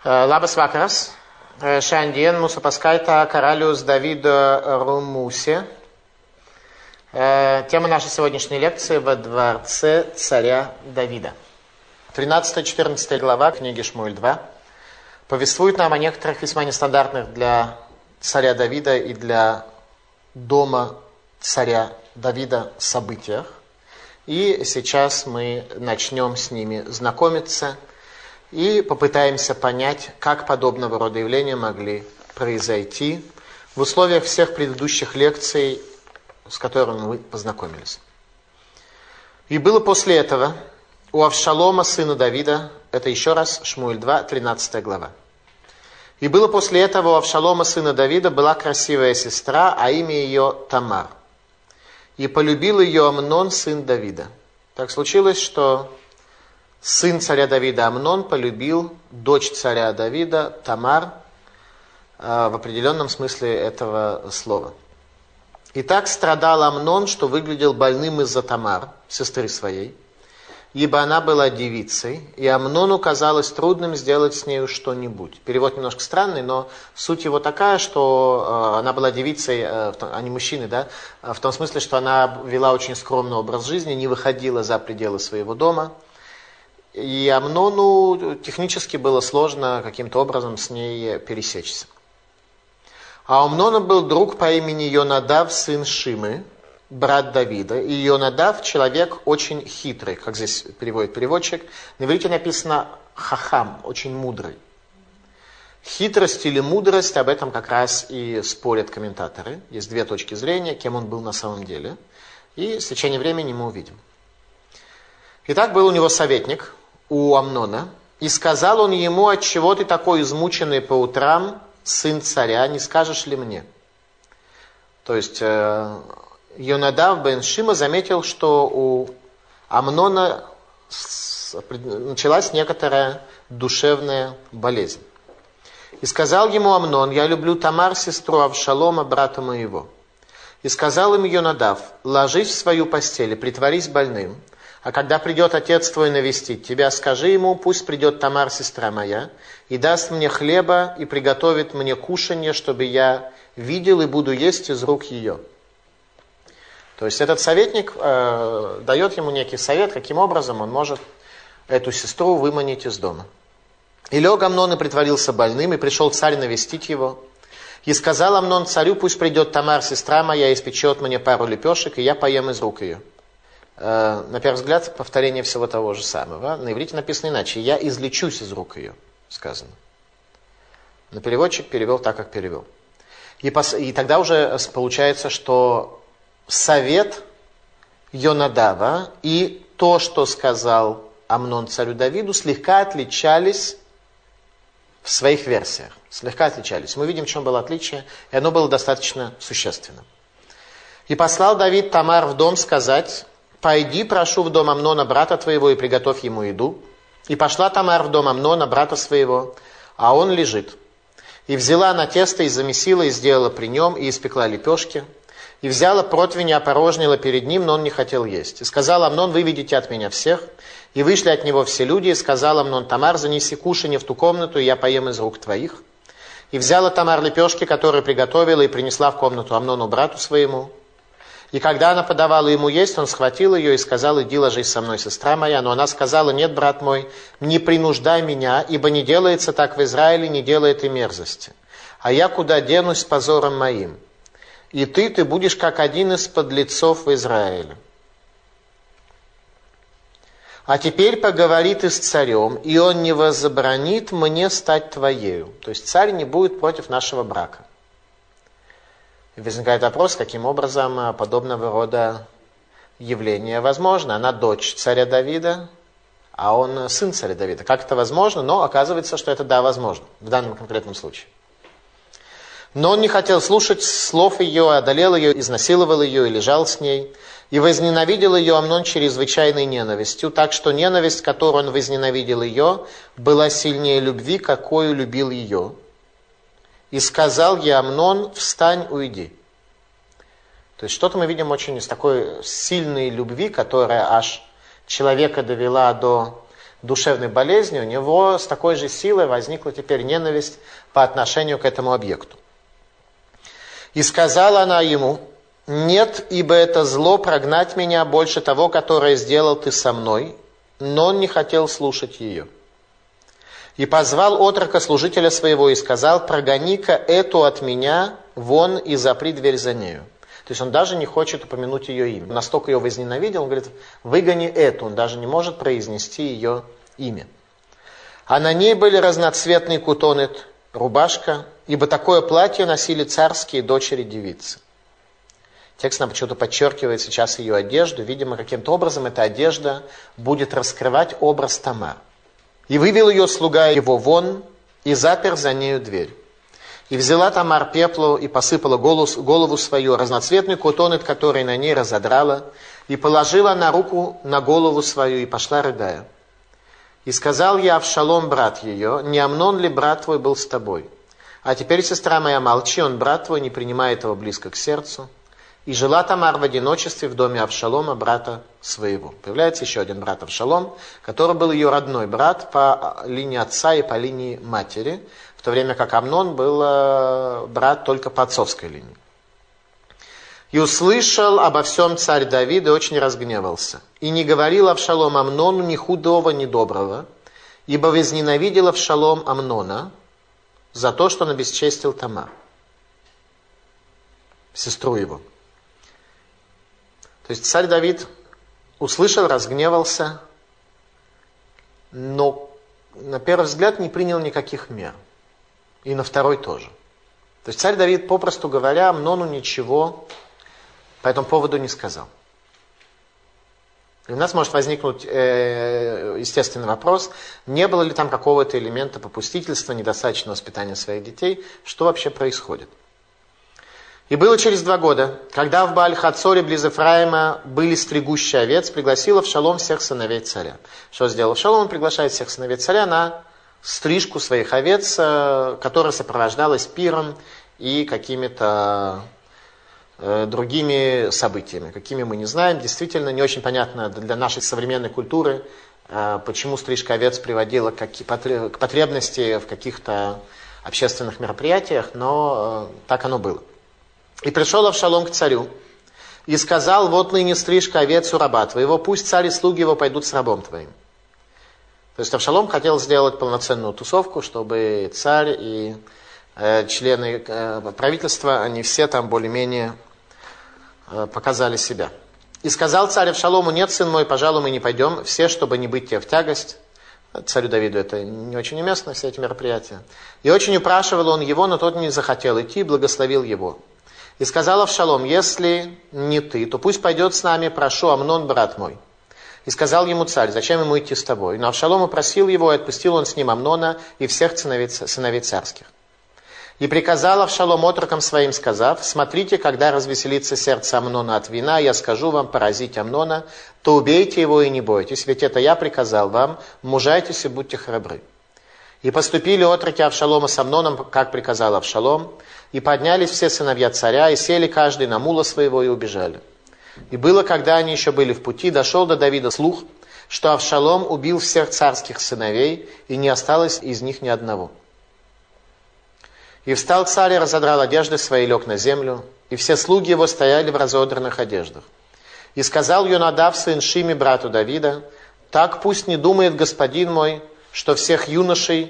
Labas vakaras. Šiandien mūsų paskaita Karalius Давида Румусе. Тема нашей сегодняшней лекции «Во дворце царя Давида». 13-14 глава книги Шмуэль 2 повествует нам о некоторых весьма нестандартных для царя Давида и для дома царя Давида событиях. И сейчас мы начнем с ними знакомиться и попытаемся понять, как подобного рода явления могли произойти в условиях всех предыдущих лекций, с которыми мы познакомились. И было после этого у Авшалома, сына Давида, это еще раз Шмуэль 2, 13 глава. И было после этого у Авшалома, сына Давида, была красивая сестра, а имя ее Тамар. И полюбил ее Амнон, сын Давида. Так случилось, что сын царя Давида Амнон полюбил дочь царя Давида Тамар в определенном смысле этого слова. И так страдал Амнон, что выглядел больным из-за Тамар, сестры своей, ибо она была девицей, и Амнону казалось трудным сделать с нею что-нибудь. Перевод немножко странный, но суть его такая, что она была девицей, а не мужчиной, да, в том смысле, что она вела очень скромный образ жизни, не выходила за пределы своего дома. И Амнону технически было сложно каким-то образом с ней пересечься. А у Амнона был друг по имени Йонадав, сын Шимы, брат Давида. И Йонадав человек очень хитрый, как здесь переводит переводчик. На иврите написано хахам, очень мудрый. Хитрость или мудрость, об этом как раз и спорят комментаторы. Есть две точки зрения, кем он был на самом деле. И с течением времени мы увидим. Итак, был у него советник, у Амнона, и сказал он ему: отчего ты такой измученный по утрам, сын царя, не скажешь ли мне? То есть Йонадав бен Шима заметил, что у Амнона началась некоторая душевная болезнь. И сказал ему Амнон: я люблю Тамар, сестру Авшалома, брата моего. И сказал им Йонадав: ложись в свою постель и притворись больным. А когда придет отец твой навестить тебя, скажи ему: пусть придет Тамар, сестра моя, и даст мне хлеба, и приготовит мне кушанье, чтобы я видел и буду есть из рук ее. То есть этот советник дает ему некий совет, каким образом он может эту сестру выманить из дома. И лег Амнон и притворился больным, и пришел царь навестить его. И сказал Амнон царю: пусть придет Тамар, сестра моя, и испечет мне пару лепешек, и я поем из рук ее. На первый взгляд, повторение всего того же самого. На иврите написано иначе: я излечусь из рук ее, сказано. Но переводчик перевел так, как перевел. И тогда уже получается, что совет Йонадава и то, что сказал Амнон царю Давиду, слегка отличались в своих версиях. Слегка отличались. Мы видим, в чем было отличие, и оно было достаточно существенным. И послал Давид Тамар в дом сказать: пойди, прошу, в дом Амнона, брата твоего, и приготовь ему еду. И пошла Тамар в дом Амнона, брата своего, а он лежит. И взяла она тесто, и замесила, и сделала при нем, и испекла лепешки. И взяла противень, и опорожнила перед ним, но он не хотел есть. И сказал Амнон: выведите от меня всех. И вышли от него все люди, и сказал Амнон: Тамар, занеси кушанье в ту комнату, и я поем из рук твоих. И взяла Тамар лепешки, которые приготовила, и принесла в комнату Амнону, брату своему. И когда она подавала ему есть, он схватил ее и сказал: иди ложись со мной, сестра моя. Но она сказала: нет, брат мой, не принуждай меня, ибо не делается так в Израиле, не делает и мерзости. А я куда денусь с позором моим? И ты будешь как один из подлецов в Израиле. А теперь поговори ты с царем, и он не возбранит мне стать твоею. То есть царь не будет против нашего брака. И возникает вопрос, каким образом подобного рода явление возможно. Она дочь царя Давида, а он сын царя Давида. Как это возможно? Но оказывается, что это да, возможно в данном конкретном случае. Но он не хотел слушать слов ее, одолел ее, изнасиловал ее и лежал с ней. И возненавидел ее Амнон чрезвычайной ненавистью, так что ненависть, которую он возненавидел ее, была сильнее любви, какую любил ее. И сказал ей Амнон: встань, уйди. То есть что-то мы видим очень из такой сильной любви, которая аж человека довела до душевной болезни, у него с такой же силой возникла теперь ненависть по отношению к этому объекту. И сказала она ему: «Нет, ибо это зло прогнать меня больше того, которое сделал ты со мной». Но он не хотел слушать ее. И позвал отрока служителя своего и сказал: «Прогони-ка эту от меня вон и запри дверь за нею». То есть он даже не хочет упомянуть ее имя. Настолько ее возненавидел, он говорит: «Выгони эту». Он даже не может произнести ее имя. А на ней были разноцветные кутоны, рубашка, ибо такое платье носили царские дочери-девицы. Текст нам почему-то подчеркивает сейчас ее одежду. Видимо, каким-то образом эта одежда будет раскрывать образ Тамар. «И вывел ее слуга его вон, и запер за нею дверь. И взяла Тамар пеплу, и посыпала голову свою, разноцветный кутонет, который на ней разодрала, и положила на руку на голову свою, и пошла, рыдая. И сказал я Авшалом, брат ее: не Амнон ли брат твой был с тобой? А теперь, сестра моя, молчи, он брат твой, не принимает его близко к сердцу». И жила Тамар в одиночестве в доме Авшалома, брата своего. Появляется еще один брат Авшалом, который был ее родной брат по линии отца и по линии матери, в то время как Амнон был брат только по отцовской линии. И услышал обо всем царь Давид и очень разгневался. И не говорил Авшалом Амнону ни худого, ни доброго, ибо возненавидел Авшалом Амнона за то, что он обесчестил Тамар, сестру его. То есть царь Давид услышал, разгневался, но на первый взгляд не принял никаких мер. И на второй тоже. То есть царь Давид, попросту говоря, Амнону ничего по этому поводу не сказал. И у нас может возникнуть естественный вопрос, не было ли там какого-то элемента попустительства, недостаточного воспитания своих детей, что вообще происходит. И было через 2 года, когда в Бааль-Хацоре близ Эфраима были стригущие овец, пригласил Авшалом всех сыновей царя. Что сделал Авшалом? Он приглашает всех сыновей царя на стрижку своих овец, которая сопровождалась пиром и какими-то другими событиями, какими мы не знаем. Действительно, не очень понятно для нашей современной культуры, почему стрижка овец приводила к потребности в каких-то общественных мероприятиях, но так оно было. И пришел Авшалом к царю и сказал: вот ныне стрижка овец у раба твоего, пусть царь и слуги его пойдут с рабом твоим. То есть Авшалом хотел сделать полноценную тусовку, чтобы царь и члены правительства, они все там более-менее показали себя. И сказал царь Авшалому: нет, сын мой, пожалуй, мы не пойдем, все, чтобы не быть тебе в тягость. Царю Давиду это не очень уместно, все эти мероприятия. И очень упрашивал он его, но тот не захотел идти, благословил его. И сказал Авшалом: если не ты, то пусть пойдет с нами, прошу, Амнон, брат мой. И сказал ему царь: зачем ему идти с тобой? Но Авшалом упросил его, и отпустил он с ним Амнона и всех сыновей царских. И приказал Авшалом отрокам своим, сказав: смотрите, когда развеселится сердце Амнона от вина, я скажу вам поразить Амнона, то убейте его и не бойтесь, ведь это я приказал вам, мужайтесь и будьте храбры. И поступили отроки Авшалома с Амноном, как приказал Авшалом, и поднялись все сыновья царя, и сели каждый на мула своего, и убежали. И было, когда они еще были в пути, дошел до Давида слух, что Авшалом убил всех царских сыновей, и не осталось из них ни одного. И встал царь и разодрал одежды свои, лег на землю, и все слуги его стояли в разодранных одеждах. И сказал Йонадав, сын Шими, брату Давида: так пусть не думает господин мой, что всех юношей,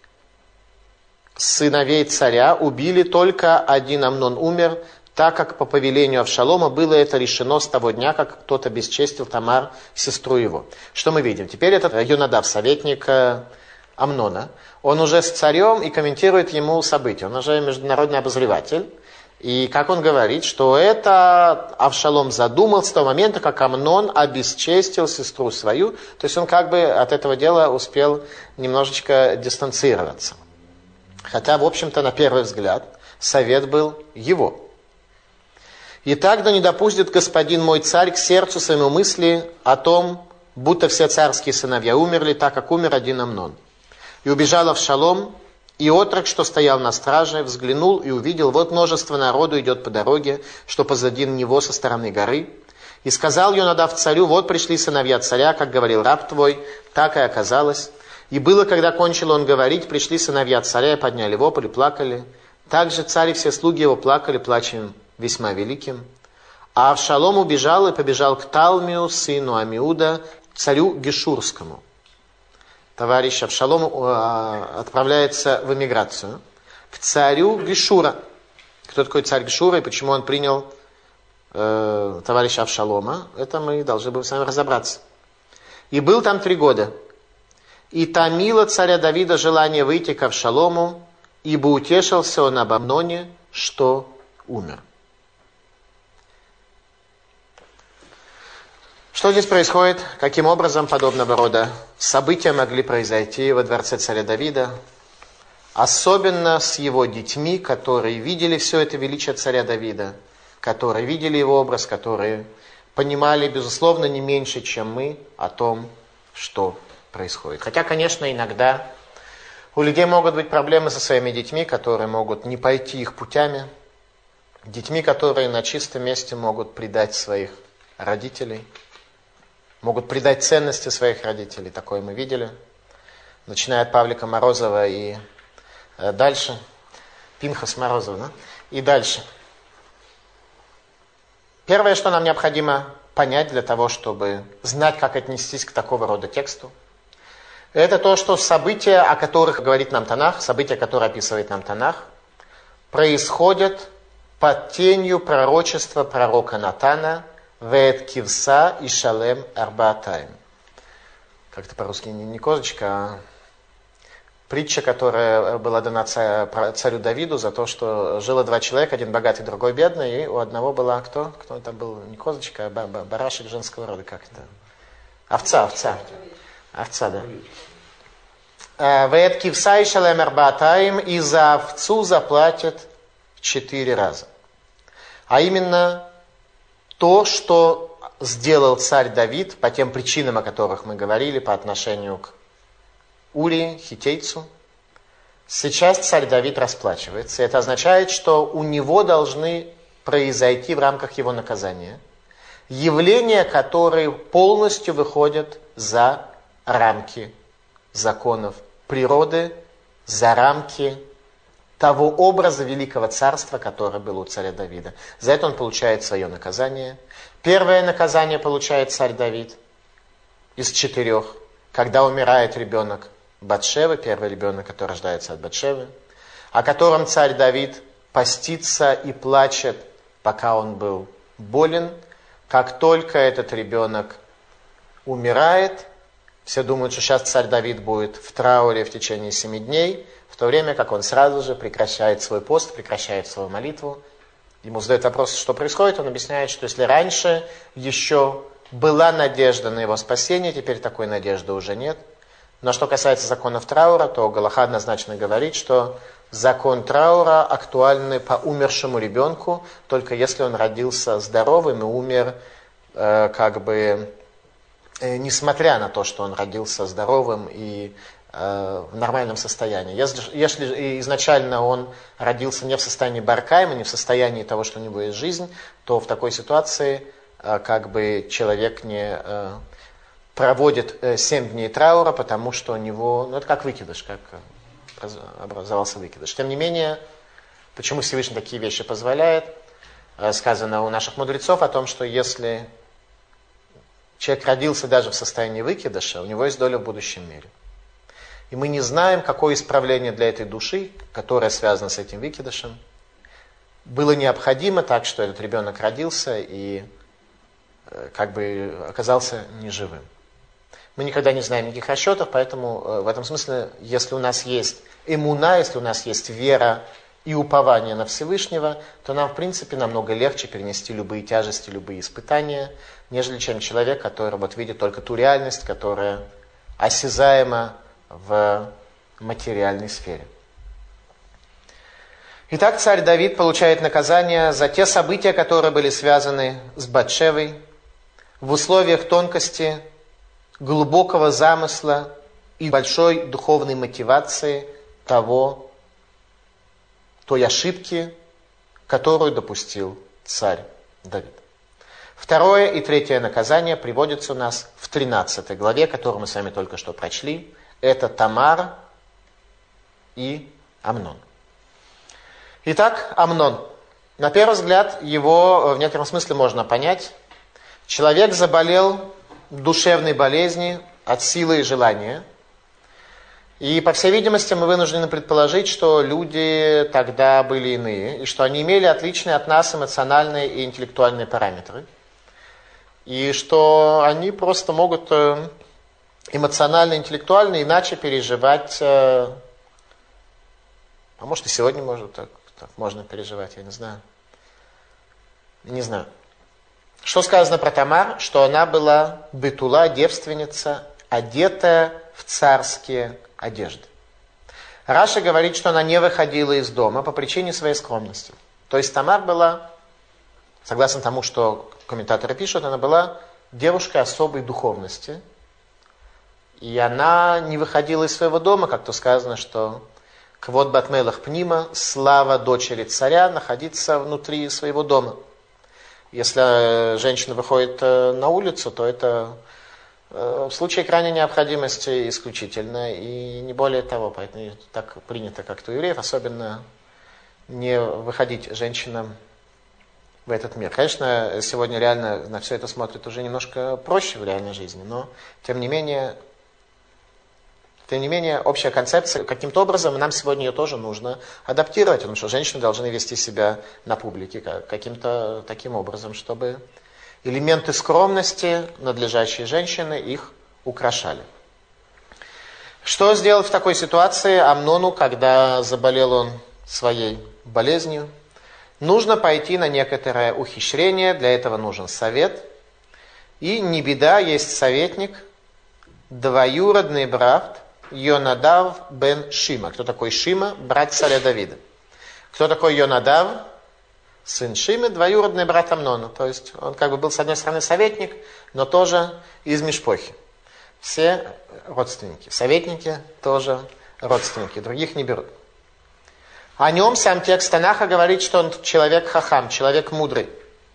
сыновей царя, убили, только один Амнон умер, так как по повелению Авшалома было это решено с того дня, как кто-то обесчестил Тамар, сестру его. Что мы видим? Теперь этот Йонадав, советник Амнона, он уже с царем и комментирует ему события. Он уже международный обозреватель. И как он говорит, что это Авшалом задумал с того момента, как Амнон обесчестил сестру свою. То есть он как бы от этого дела успел немножечко дистанцироваться. Хотя, в общем-то, на первый взгляд, совет был его. «Итак, да не допустит господин мой царь к сердцу своему мысли о том, будто все царские сыновья умерли, так как умер один Амнон. И убежал Авшалом, и отрок, что стоял на страже, взглянул и увидел, вот множество народу идет по дороге, что позади него со стороны горы. И сказал Йонадав царю: вот пришли сыновья царя, как говорил раб твой, так и оказалось. И было, когда кончил он говорить, пришли сыновья царя и подняли вопль и плакали. Также царь и все слуги его плакали плачем весьма великим. А Авшалом убежал и побежал к Талмию, сыну Амиуда, царю Гешурскому. Товарищ Авшалом отправляется в эмиграцию к царю Гешура. Кто такой царь Гешура и почему он принял товарища Авшалома, это мы должны будем с вами разобраться. И был там 3 года. И томило царя Давида желание выйти к Авшалому, ибо утешился он об Амноне, что умер. Что здесь происходит? Каким образом подобного рода события могли произойти во дворце царя Давида? Особенно с его детьми, которые видели все это величие царя Давида, которые видели его образ, которые понимали, безусловно, не меньше, чем мы, о том, что происходит. Хотя, конечно, иногда у людей могут быть проблемы со своими детьми, которые могут не пойти их путями, детьми, которые на чистом месте могут предать своих родителей, могут предать ценности своих родителей. Такое мы видели, начиная от Павлика Морозова и дальше. Пинхас Морозов, да? И дальше. Первое, что нам необходимо понять для того, чтобы знать, как отнестись к такого рода тексту, это то, что события, о которых говорит нам Танах, события, которые описывает нам Танах, происходят под тенью пророчества пророка Натана «Веэт кивса и шалем арбаатаим». Как-то по-русски не козочка, а притча, которая была дана царю Давиду за то, что жило 2 человека, один богатый, другой бедный, и у одного была кто? Кто это был? Не козочка, а барашек женского рода, как это? Овца, да. Веэт кивса и шалем арбаатаим, и за овцу заплатят 4 раза. А именно то, что сделал царь Давид по тем причинам, о которых мы говорили, по отношению к Урии, хиттейцу. Сейчас царь Давид расплачивается. Это означает, что у него должны произойти в рамках его наказания явления, которые полностью выходят за рамки законов природы, за рамки того образа великого царства, который был у царя Давида. За это он получает свое наказание. Первое наказание получает царь Давид из 4, когда умирает ребенок Батшевы, первый ребенок, который рождается от Батшевы, о котором царь Давид постится и плачет, пока он был болен. Как только этот ребенок умирает, все думают, что сейчас царь Давид будет в трауре в течение 7 дней, в то время как он сразу же прекращает свой пост, прекращает свою молитву. Ему задают вопрос, что происходит, он объясняет, что если раньше еще была надежда на его спасение, теперь такой надежды уже нет. Но что касается законов траура, то Галаха однозначно говорит, что закон траура актуальный по умершему ребенку, только если он родился здоровым и умер несмотря на то, что он родился здоровым и в нормальном состоянии. Если изначально он родился не в состоянии баркайма, не в состоянии того, что у него есть жизнь, то в такой ситуации человек не проводит 7 дней траура, потому что у него, это как выкидыш, как образовался выкидыш. Тем не менее, почему Всевышний такие вещи позволяет, сказано у наших мудрецов о том, что если человек родился даже в состоянии выкидыша, у него есть доля в будущем мире. И мы не знаем, какое исправление для этой души, которое связано с этим выкидышем, было необходимо так, что этот ребенок родился и оказался неживым. Мы никогда не знаем никаких расчетов, поэтому в этом смысле, если у нас есть эмуна, если у нас есть вера и упование на Всевышнего, то нам, в принципе, намного легче перенести любые тяжести, любые испытания, нежели чем человек, который видит только ту реальность, которая осязаема в материальной сфере. Итак, царь Давид получает наказание за те события, которые были связаны с Батшевой, в условиях тонкости, глубокого замысла и большой духовной мотивации той ошибки, которую допустил царь Давид. Второе и третье наказание приводится у нас в 13 главе, которую мы с вами только что прочли. Это Тамар и Амнон. Итак, Амнон. На первый взгляд, его в некотором смысле можно понять. Человек заболел душевной болезнью от силы и желания. И, по всей видимости, мы вынуждены предположить, что люди тогда были иные, и что они имели отличные от нас эмоциональные и интеллектуальные параметры. И что они просто могут эмоционально, интеллектуально иначе переживать, а может и сегодня так можно переживать, я не знаю. Не знаю. Что сказано про Тамар? Что она была бетула, девственница, одетая в царские одежды. Раши говорит, что она не выходила из дома по причине своей скромности. То есть Тамар была, согласно тому, что комментаторы пишут, она была девушкой особой духовности. И она не выходила из своего дома, как то сказано, что квод батмелах пнима, слава дочери царя, находится внутри своего дома. Если женщина выходит на улицу, то это в случае крайней необходимости исключительно, и не более того. Поэтому так принято как-то у евреев, особенно не выходить женщинам в этот мир. Конечно, сегодня реально на все это смотрят уже немножко проще в реальной жизни, но тем не менее, общая концепция, каким-то образом нам сегодня ее тоже нужно адаптировать, потому что женщины должны вести себя на публике каким-то таким образом, чтобы элементы скромности надлежащие женщины их украшали. Что сделать в такой ситуации Амнону, когда заболел он своей болезнью? Нужно пойти на некоторое ухищрение, для этого нужен совет. И не беда, есть советник, двоюродный брат Йонадав бен Шима. Кто такой Шима? Брат царя Давида. Кто такой Йонадав? Сын Шимы, двоюродный брат Амнона. То есть он как бы был с одной стороны советник, но тоже из Мишпохи. Все родственники. Советники тоже родственники, других не берут. О нем сам текст Танаха говорит, что он человек хахам, человек мудрый.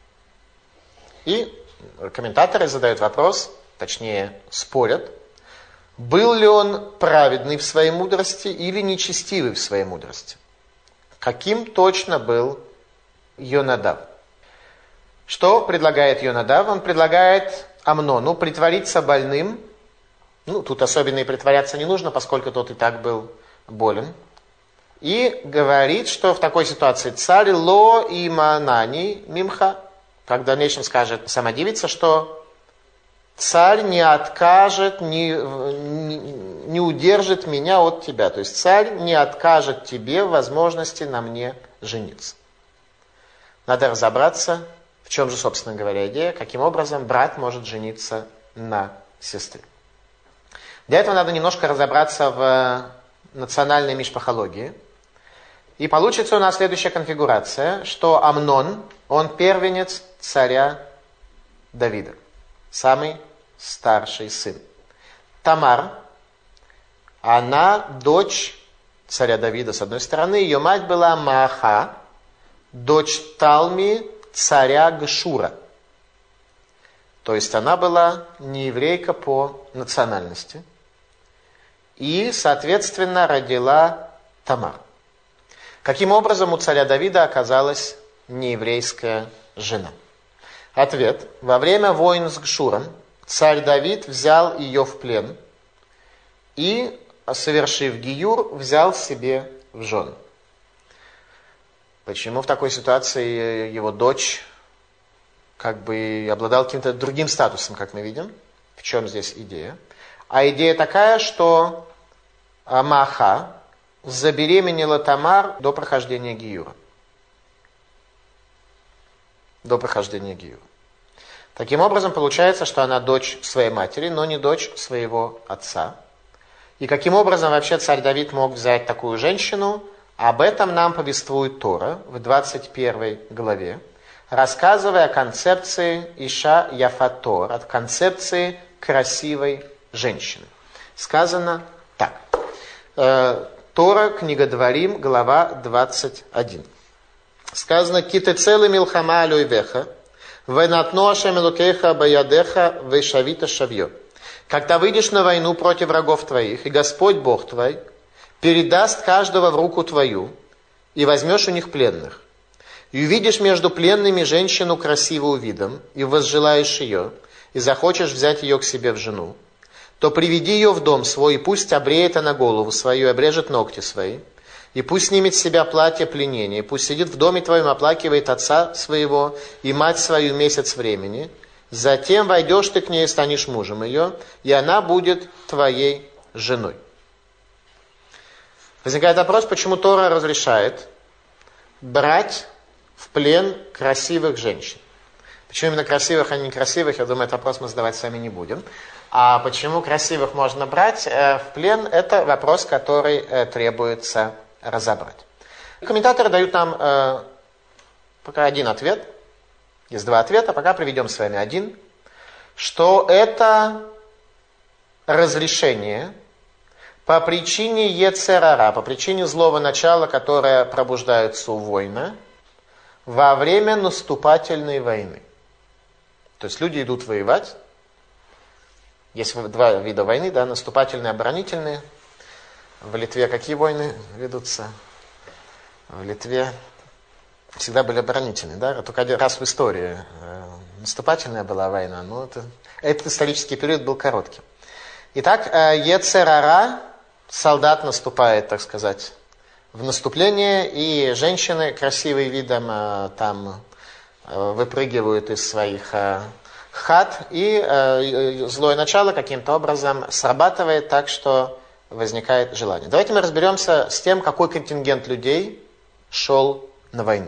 И комментаторы задают вопрос, точнее спорят, был ли он праведный в своей мудрости или нечестивый в своей мудрости. Каким точно был Йонадав? Что предлагает Йонадав? Он предлагает Амнону притвориться больным. Тут особенно и притворяться не нужно, поскольку тот и так был болен. И говорит, что в такой ситуации царь ло иманани мимха, как в дальнейшем скажет сама девица, что царь не откажет, не удержит меня от тебя. То есть царь не откажет тебе в возможности на мне жениться. Надо разобраться, в чем же, собственно говоря, идея, каким образом брат может жениться на сестре. Для этого надо немножко разобраться в национальной мишпахологии. И получится у нас следующая конфигурация, что Амнон, он первенец царя Давида, самый старший сын. Тамар, она дочь царя Давида, с одной стороны, ее мать была Мааха, дочь Талми, царя Гшура. То есть она была не еврейка по национальности. И, соответственно, родила Тамар. Каким образом у царя Давида оказалась нееврейская жена? Ответ. Во время войн с Гшуром царь Давид взял ее в плен и, совершив гиюр, взял себе в жены. Почему в такой ситуации его дочь как бы обладала каким-то другим статусом, как мы видим? В чем здесь идея? А идея такая, что Мааха забеременела Тамар до прохождения гиюра. До прохождения гиюра. Таким образом, получается, что она дочь своей матери, но не дочь своего отца. И каким образом вообще царь Давид мог взять такую женщину? Об этом нам повествует Тора в 21 главе, рассказывая о концепции Иша Яфатор, от концепции красивой женщины. Сказано так. Тора, книга Дворим, глава 21. Сказано: «Китецелы милхама алюйвеха, «Венатно Ашем Элокейха Баядеха Вешавита Шавьё». Когда выйдешь на войну против врагов твоих, и Господь Бог твой передаст каждого в руку твою, и возьмешь у них пленных, и увидишь между пленными женщину красивую видом, и возжелаешь ее, и захочешь взять ее к себе в жену, то приведи ее в дом свой, и пусть обреет она голову свою, и обрежет ногти свои, и пусть снимет с себя платье пленения, и пусть сидит в доме твоем, оплакивает отца своего и мать свою месяц времени. Затем войдешь ты к ней и станешь мужем ее, и она будет твоей женой. Возникает вопрос, почему Тора разрешает брать в плен красивых женщин. Почему именно красивых, а не некрасивых, я думаю, этот вопрос мы задавать с вами не будем. А почему красивых можно брать в плен, это вопрос, который требуется разобрать. Комментаторы дают нам пока один ответ. Есть два ответа, пока приведем с вами один. Что это разрешение по причине ецер-ара, по причине злого начала, которое пробуждается у воина во время наступательной войны. То есть люди идут воевать. Есть два вида войны, да, наступательные и оборонительные. В Литве какие войны ведутся? В Литве всегда были оборонительные, да? Только один раз в истории наступательная была война, но этот исторический период был коротким. Итак, ецер-ара, солдат наступает, так сказать, в наступление, и женщины красивым видом там выпрыгивают из своих хат, и злое начало каким-то образом срабатывает так, что возникает желание. Давайте мы разберемся с тем, какой контингент людей шел на войну.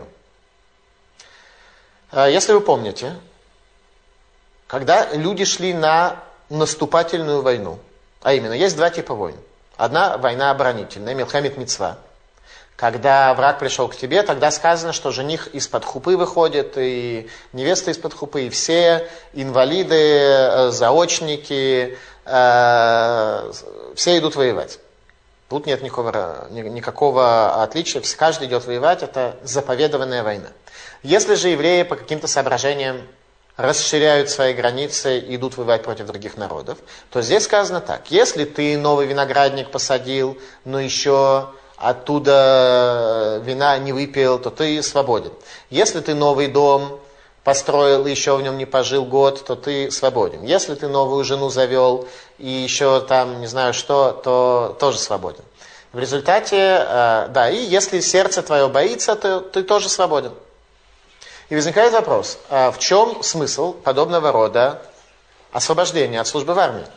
Если вы помните, когда люди шли на наступательную войну, а именно, есть два типа войн. Одна война оборонительная, милхамит мицва. Когда враг пришел к тебе, тогда сказано, что жених из-под хупы выходит, и невеста из-под хупы, и все инвалиды, заочники, все идут воевать. Тут нет никакого отличия, каждый идет воевать, это заповедованная война. Если же евреи по каким-то соображениям расширяют свои границы и идут воевать против других народов, то здесь сказано так: если ты новый виноградник посадил, но еще оттуда вина не выпил, то ты свободен. Если ты новый дом построил и еще в нем не пожил год, то ты свободен. Если ты новую жену завел и еще там не знаю что, то тоже свободен. В результате, да, и если сердце твое боится, то ты тоже свободен. И возникает вопрос, в чем смысл подобного рода освобождения от службы в армии?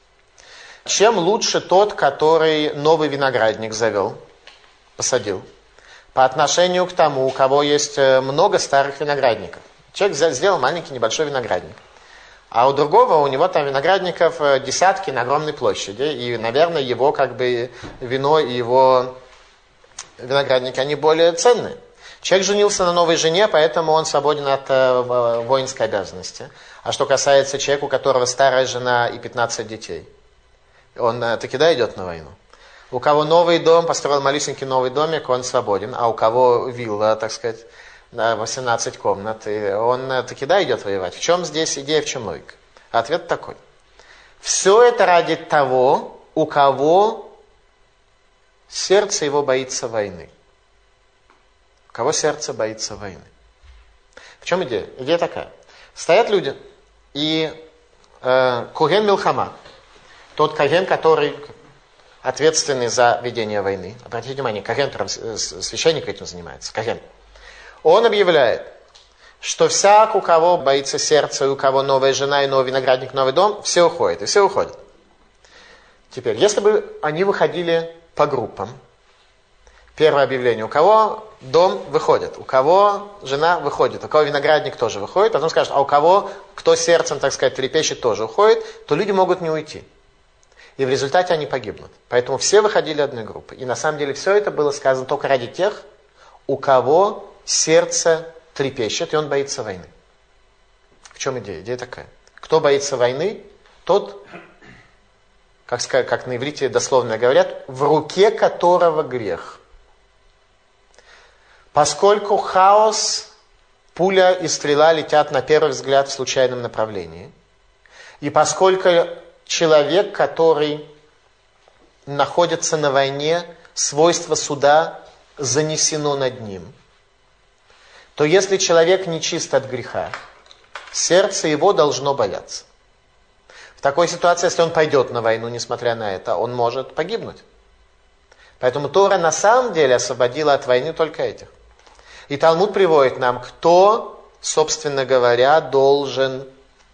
Чем лучше тот, который новый виноградник завел, посадил, по отношению к тому, у кого есть много старых виноградников? Человек сделал маленький небольшой виноградник, а у другого, у него там виноградников десятки на огромной площади, и, наверное, его как бы вино и его виноградники, они более ценные. Человек женился на новой жене, поэтому он свободен от воинской обязанности. А что касается человека, у которого старая жена и 15 детей, он таки да идет на войну. У кого новый дом, построил малюсенький новый домик, он свободен. А у кого вилла, так сказать, 18 комнат, и он таки да идет воевать. В чем здесь идея, в чем логика? Ответ такой. Все это ради того, у кого сердце его боится войны. У кого сердце боится войны. В чем идея? Идея такая. Стоят люди, и Коген Милхама, тот Коген, который ответственный за ведение войны. Обратите внимание, Коген, священник этим занимается, Коген. Он объявляет, что всяк, у кого боится сердце, у кого новая жена и новый виноградник, новый дом, все уходят, и все уходят. Теперь, если бы они выходили по группам, первое объявление, у кого дом выходит, у кого жена выходит, у кого виноградник тоже выходит, потом скажут, а у кого, кто сердцем, так сказать, трепещет, тоже уходит, то люди могут не уйти. И в результате они погибнут. Поэтому все выходили одной группы. И на самом деле все это было сказано только ради тех, у кого сердце трепещет, и он боится войны. В чем идея? Идея такая. Кто боится войны, тот, как на иврите дословно говорят, в руке которого грех. Поскольку хаос пуля и стрела летят на первый взгляд в случайном направлении. И поскольку человек, который находится на войне, свойство суда занесено над ним, то если человек не чист от греха, сердце его должно бояться. В такой ситуации, если он пойдет на войну, несмотря на это, он может погибнуть. Поэтому Тора на самом деле освободила от войны только этих. И Талмуд приводит нам, кто, собственно говоря, должен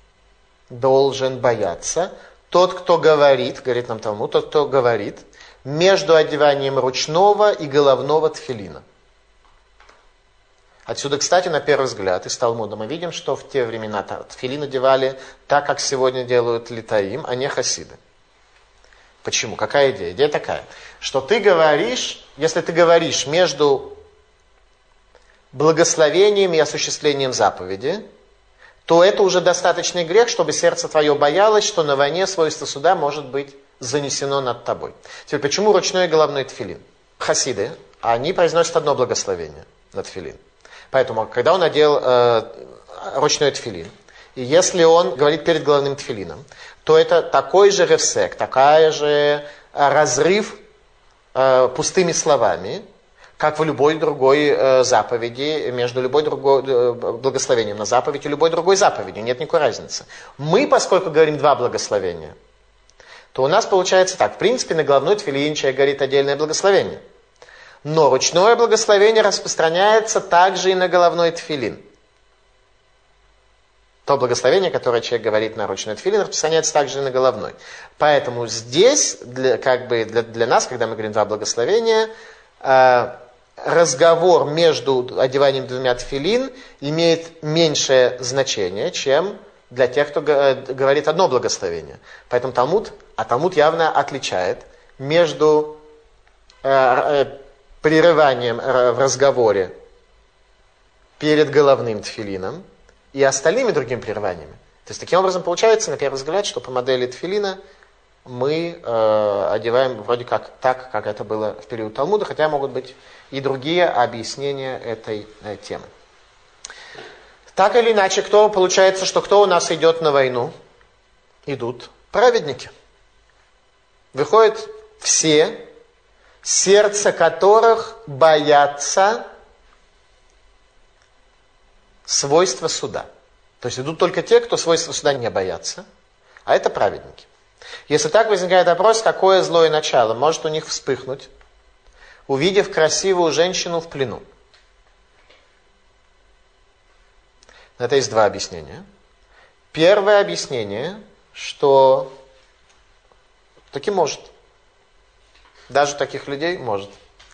бояться. Тот, кто говорит, говорит нам Талмуд, тот, кто говорит, между одеванием ручного и головного тфилина. Отсюда, кстати, на первый взгляд из Талмуда мы видим, что в те времена тфилин одевали так, как сегодня делают литаим, а не хасиды. Почему? Какая идея? Идея такая, что ты говоришь, если ты говоришь между благословением и осуществлением заповеди, то это уже достаточный грех, чтобы сердце твое боялось, что на войне свойство суда может быть занесено над тобой. Теперь, почему ручной и головной тфилин? Хасиды, они произносят одно благословение на тфилин. Поэтому, когда он одел ручной тфилин, и если он говорит перед головным тфилином, то это такой же рефсек, такая же разрыв пустыми словами, как в любой другой заповеди, между любой другой благословением на заповедь и любой другой заповедью. Нет никакой разницы. Мы, поскольку говорим два благословения, то у нас получается так. В принципе, на головной тфилин человек говорит отдельное благословение. Но ручное благословение распространяется также и на головной тфилин. То благословение, которое человек говорит на ручной тфилин, распространяется также и на головной. Поэтому здесь, для нас, когда мы говорим два благословения, разговор между одеванием двумя тфилин имеет меньшее значение, чем для тех, кто говорит одно благословение. Поэтому Талмуд явно отличает между прерыванием в разговоре перед головным тфилином и остальными другими прерываниями. То есть, таким образом, получается, на первый взгляд, что по модели тфилина мы одеваем вроде как так, как это было в период Талмуда, хотя могут быть и другие объяснения этой темы. Так или иначе, получается, что кто у нас идет на войну? Идут праведники. Выходят все, сердце которых боятся свойства суда. То есть идут только те, кто свойства суда не боятся, а это праведники. Если так, возникает вопрос, какое злое начало может у них вспыхнуть, увидев красивую женщину в плену. На это есть два объяснения. Первое объяснение, что таки может. Даже таких людей может.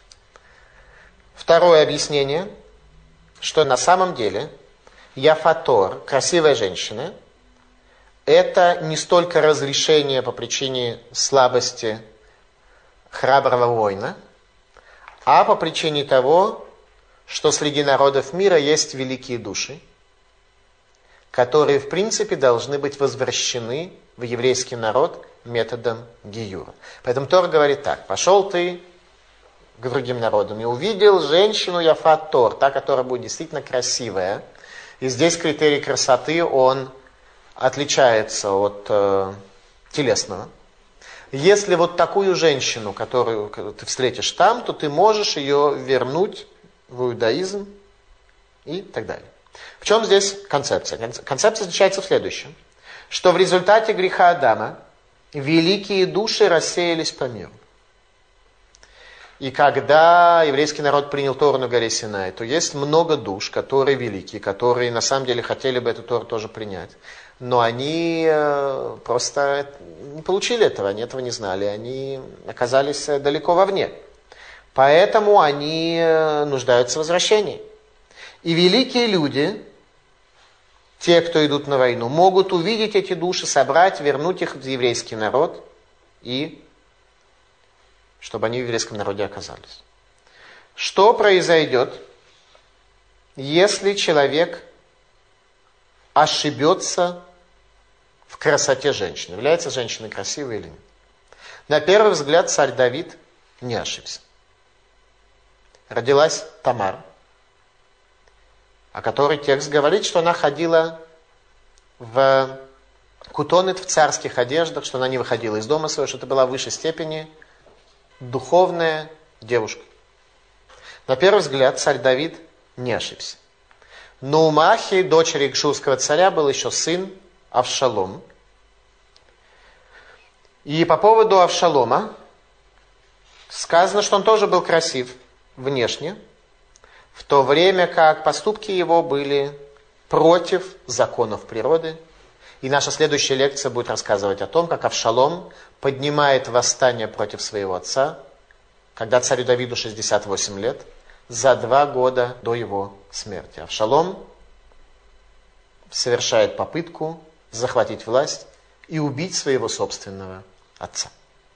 Второе объяснение, что на самом деле яфатор, красивая женщина, это не столько разрешение по причине слабости храброго воина, а по причине того, что среди народов мира есть великие души, которые в принципе должны быть возвращены в еврейский народ методом гиюра. Поэтому Тора говорит так: пошел ты к другим народам и увидел женщину яфат Тор, та, которая будет действительно красивая. И здесь критерий красоты, он отличается от телесного. Если вот такую женщину, которую ты встретишь там, то ты можешь ее вернуть в иудаизм и так далее. В чем здесь концепция? Концепция заключается в следующем, что в результате греха Адама великие души рассеялись по миру. И когда еврейский народ принял Тору на горе Синай, то есть много душ, которые великие, которые на самом деле хотели бы эту Тору тоже принять. Но они просто не получили этого, они этого не знали, они оказались далеко вовне. Поэтому они нуждаются в возвращении. И великие люди, те, кто идут на войну, могут увидеть эти души, собрать, вернуть их в еврейский народ, и чтобы они в еврейском народе оказались. Что произойдет, если человек ошибется в красоте женщины? Является женщина красивой или нет? На первый взгляд царь Давид не ошибся. Родилась Тамар. о которой текст говорит, что она ходила кутонет в царских одеждах, что она не выходила из дома своего, что это была в высшей степени духовная девушка. На первый взгляд царь Давид не ошибся. Но у Маахи, дочери гшурского царя, был еще сын Авшалом. И по поводу Авшалома сказано, что он тоже был красив внешне, в то время как поступки его были против законов природы. И наша следующая лекция будет рассказывать о том, как Авшалом поднимает восстание против своего отца, когда царю Давиду 68 лет, за 2 года до его смерти. Авшалом совершает попытку захватить власть и убить своего собственного отца.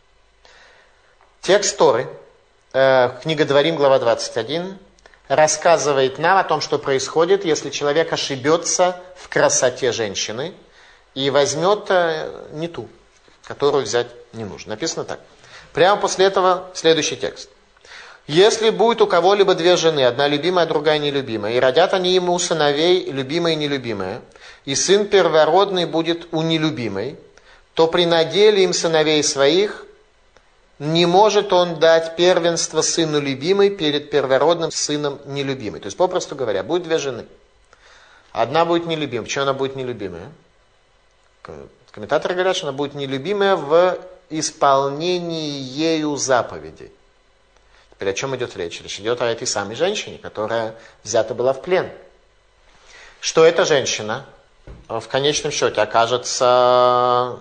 Текст Торы, книга Дворим, глава 21, рассказывает нам о том, что происходит, если человек ошибется в красоте женщины и возьмет не ту, которую взять не нужно. Написано так. Прямо после этого следующий текст. Если будет у кого-либо 2 жены, одна любимая, другая нелюбимая, и родят они ему сыновей, любимая и нелюбимая, и сын первородный будет у нелюбимой, то при наделе им сыновей своих не может он дать первенство сыну любимой перед первородным сыном нелюбимой. То есть, попросту говоря, будет 2 жены. Одна будет нелюбимая. Почему она будет нелюбимая? Комментаторы говорят, что она будет нелюбимая в исполнении ею заповедей. Теперь о чем идет речь? Речь идет о этой самой женщине, которая взята была в плен. Что эта женщина в конечном счете окажется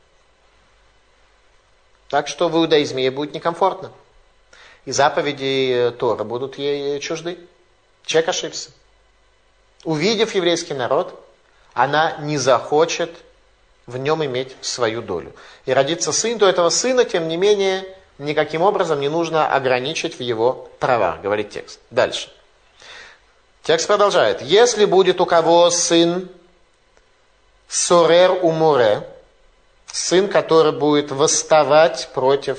так, что в иудаизме ей будет некомфортно. И заповеди Торы будут ей чужды. Человек ошибся. Увидев еврейский народ, она не захочет в нем иметь свою долю. И родится сын, то этого сына, тем не менее, никаким образом не нужно ограничить в его правах, говорит текст. Дальше. Текст продолжает. Если будет у кого сын сорер умуре, сын, который будет восставать против...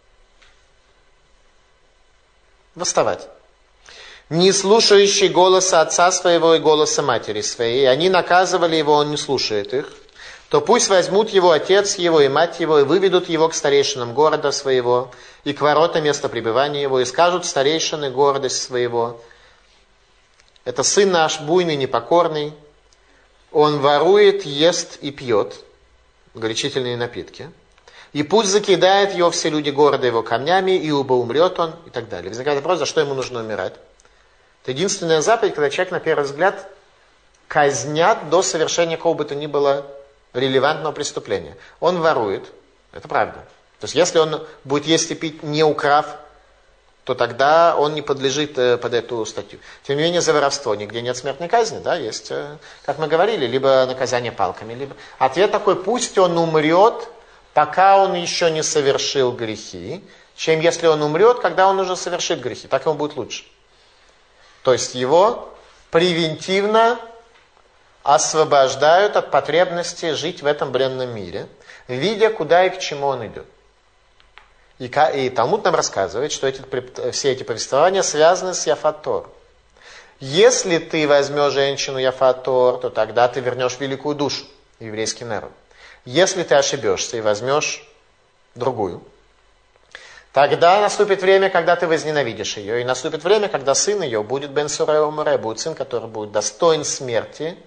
Восставать. Не слушающий голоса отца своего и голоса матери своей, и они наказывали его, он не слушает их, то пусть возьмут его отец его и мать его, и выведут его к старейшинам города своего, и к воротам места пребывания его, и скажут старейшины гордость своего. Это сын наш буйный, непокорный, он ворует, ест и пьет горячительные напитки, и пусть закидает его все люди города его камнями, и ибо умрет он, и так далее. Возникает вопрос, за что ему нужно умирать? Это единственная заповедь, когда человек, на первый взгляд, казнят до совершения какого бы то ни было релевантного преступления. Он ворует, это правда. То есть, если он будет есть и пить, не украв, то тогда он не подлежит под эту статью. Тем не менее, за воровство нигде нет смертной казни, да, есть, как мы говорили, либо наказание палками, либо... Ответ такой, пусть он умрет, пока он еще не совершил грехи, чем если он умрет, когда он уже совершит грехи. Так ему будет лучше. То есть его превентивно освобождают от потребности жить в этом бренном мире, видя, куда и к чему он идет. И Талмуд нам рассказывает, что все эти повествования связаны с Яфат Тор. Если ты возьмешь женщину Яфат Тор, то тогда ты вернешь великую душу, еврейский народ. Если ты ошибешься и возьмешь другую, тогда наступит время, когда ты возненавидишь ее, и наступит время, когда сын ее будет бен сурей умуре, будет сын, который будет достоин смерти,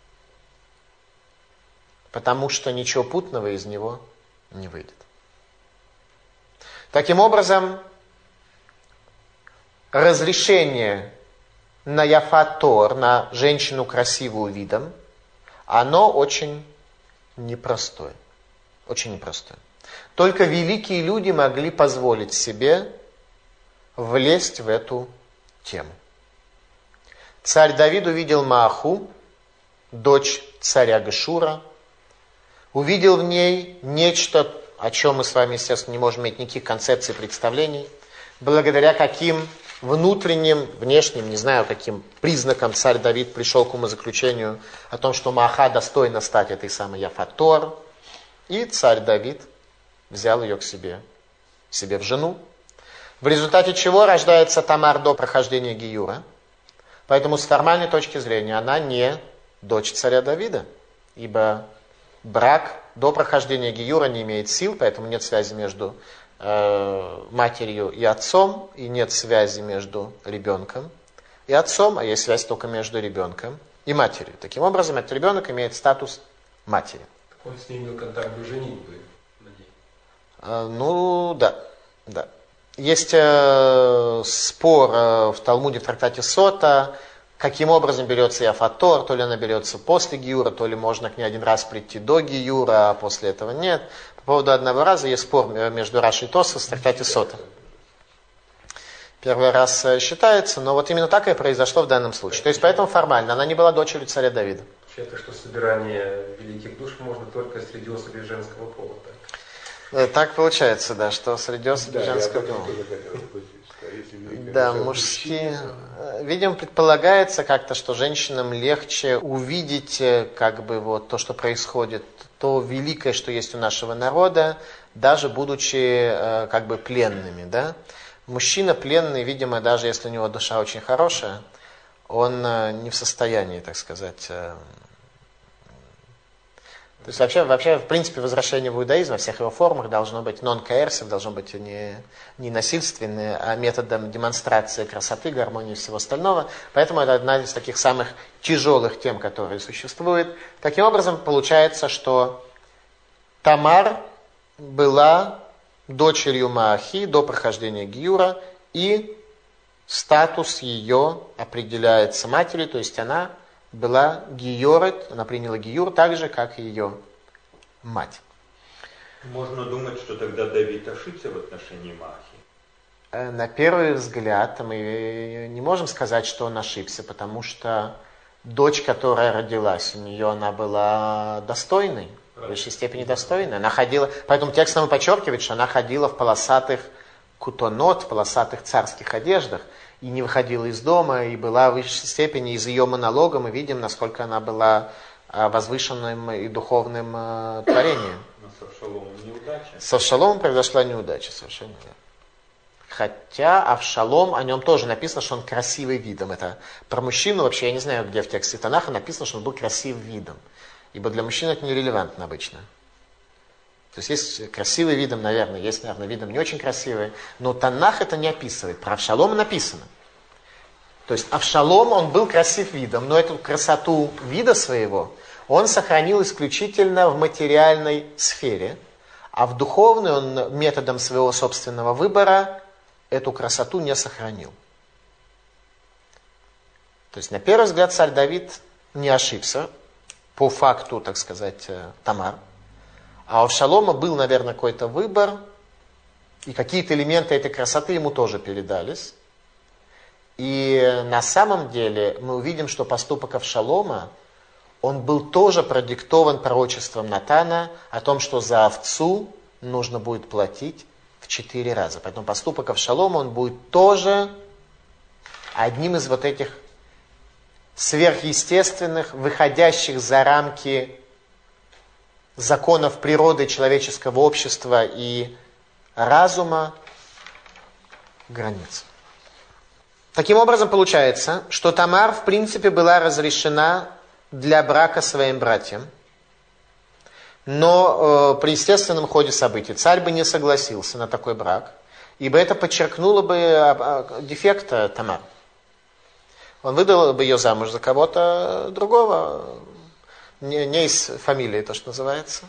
потому что ничего путного из него не выйдет. Таким образом, разрешение на Яфат Тор, на женщину красивую видом, оно очень непростое. Очень непростое. Только великие люди могли позволить себе влезть в эту тему. Царь Давид увидел Мааху, дочь царя Гешура, увидел в ней нечто, о чем мы с вами, естественно, не можем иметь никаких концепций, представлений, благодаря каким внутренним, внешним, не знаю, каким признакам царь Давид пришел к умозаключению о том, что Мааха достойна стать этой самой Яфат Тор, и царь Давид взял ее к себе в жену, в результате чего рождается Тамар до прохождения Гиюра, Поэтому с формальной точки зрения она не дочь царя Давида, ибо брак до прохождения гиюра не имеет сил, поэтому нет связи между матерью и отцом, и нет связи между ребенком и отцом, а есть связь только между ребенком и матерью. Таким образом, этот ребенок имеет статус матери. Он с ней имел контакт до женитьбы. Ну, да. Есть спор в Талмуде в трактате Сота, каким образом берется Яфатор, то ли она берется после гиюра, то ли можно к ней один раз прийти до гиюра, а после этого нет. По поводу одного раза есть спор между Раши и Тосфос в трактате Сота. Первый раз считается, но вот именно так и произошло в данном случае. То есть поэтому формально она не была дочерью царя Давида. Получается, что собирание великих душ можно только среди особей женского пола, так? Так получается, да, что среди особей женского пола. Да, мужские. Видимо, предполагается как-то, что женщинам легче увидеть как бы вот то, что происходит, то великое, что есть у нашего народа, даже будучи как бы пленными, да. Мужчина пленный, видимо, даже если у него душа очень хорошая, он не в состоянии, так сказать. То есть вообще, в принципе, возвращение в иудаизм во всех его формах должно быть non-coercive, должно быть не насильственное, а методом демонстрации красоты, гармонии и всего остального. Поэтому это одна из таких самых тяжелых тем, которые существуют. Таким образом, получается, что Тамар была дочерью Маахи до прохождения гиюра, и статус ее определяется матерью, то есть она была гиорет, она приняла гиюр так же, как и ее мать. Можно думать, что тогда Давид ошибся в отношении Маахи. На первый взгляд мы не можем сказать, что он ошибся, потому что дочь, которая родилась, у нее она была достойной, в высшей степени достойной. Она ходила, поэтому текст нам подчеркивает, что она ходила в полосатых кутонот, в полосатых царских одеждах, и не выходила из дома, и была в высшей степени. Из ее монолога мы видим, насколько она была возвышенным и духовным творением. Но с Авшаломом неудача. С Авшаломом произошла неудача, совершенно верно. Хотя Авшалом, о нем тоже написано, что он красивый видом. Это про мужчину вообще, я не знаю, где в тексте Танаха написано, что он был красив видом. Ибо для мужчин это нерелевантно обычно. То есть есть красивый видом, наверное, есть, наверное, видом не очень красивый, но Танах это не описывает. Про Авшалома написано. То есть Авшалом, он был красив видом, но эту красоту вида своего он сохранил исключительно в материальной сфере, а в духовной он методом своего собственного выбора эту красоту не сохранил. То есть на первый взгляд царь Давид не ошибся по факту, так сказать, Тамар. А у Авшалома был, наверное, какой-то выбор, и какие-то элементы этой красоты ему тоже передались. И на самом деле мы увидим, что поступок Авшалома, он был тоже продиктован пророчеством Натана о том, что за овцу нужно будет платить в 4 раза. Поэтому поступок Авшалома, он будет тоже одним из вот этих сверхъестественных, выходящих за рамки законов природы человеческого общества и разума границ. Таким образом, получается, что Тамар, в принципе, была разрешена для брака своим братьям, но при естественном ходе событий царь бы не согласился на такой брак, ибо это подчеркнуло бы дефект Тамар. Он выдал бы ее замуж за кого-то другого, не из фамилии, то, что называется.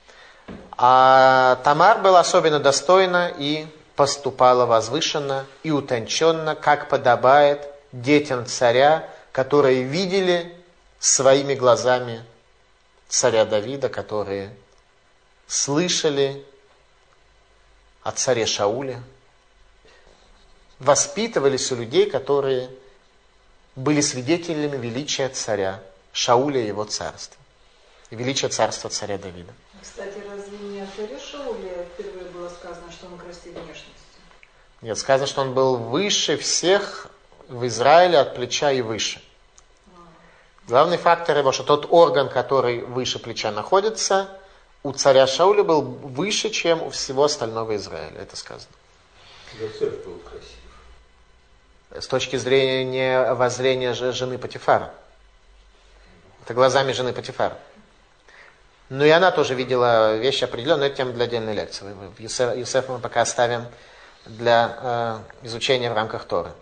А Тамар была особенно достойна и поступала возвышенно и утонченно, как подобает детям царя, которые видели своими глазами царя Давида, которые слышали о царе Шауле, воспитывались у людей, которые были свидетелями величия царя Шауля и его царства. И величия царства царя Давида. Кстати, разве не о царе Шауле впервые было сказано, что он красив внешностью? Нет, сказано, что он был выше всех в Израиле от плеча и выше. Главный фактор его, что тот орган, который выше плеча находится, у царя Шауля был выше, чем у всего остального Израиля. Это сказано. Йосеф был красив. с точки зрения воззрения жены Потифара. Это глазами жены Потифара. Но и она тоже видела вещи определенные, но это тема для отдельной лекции. Йосефа мы пока оставим для изучения в рамках Торы.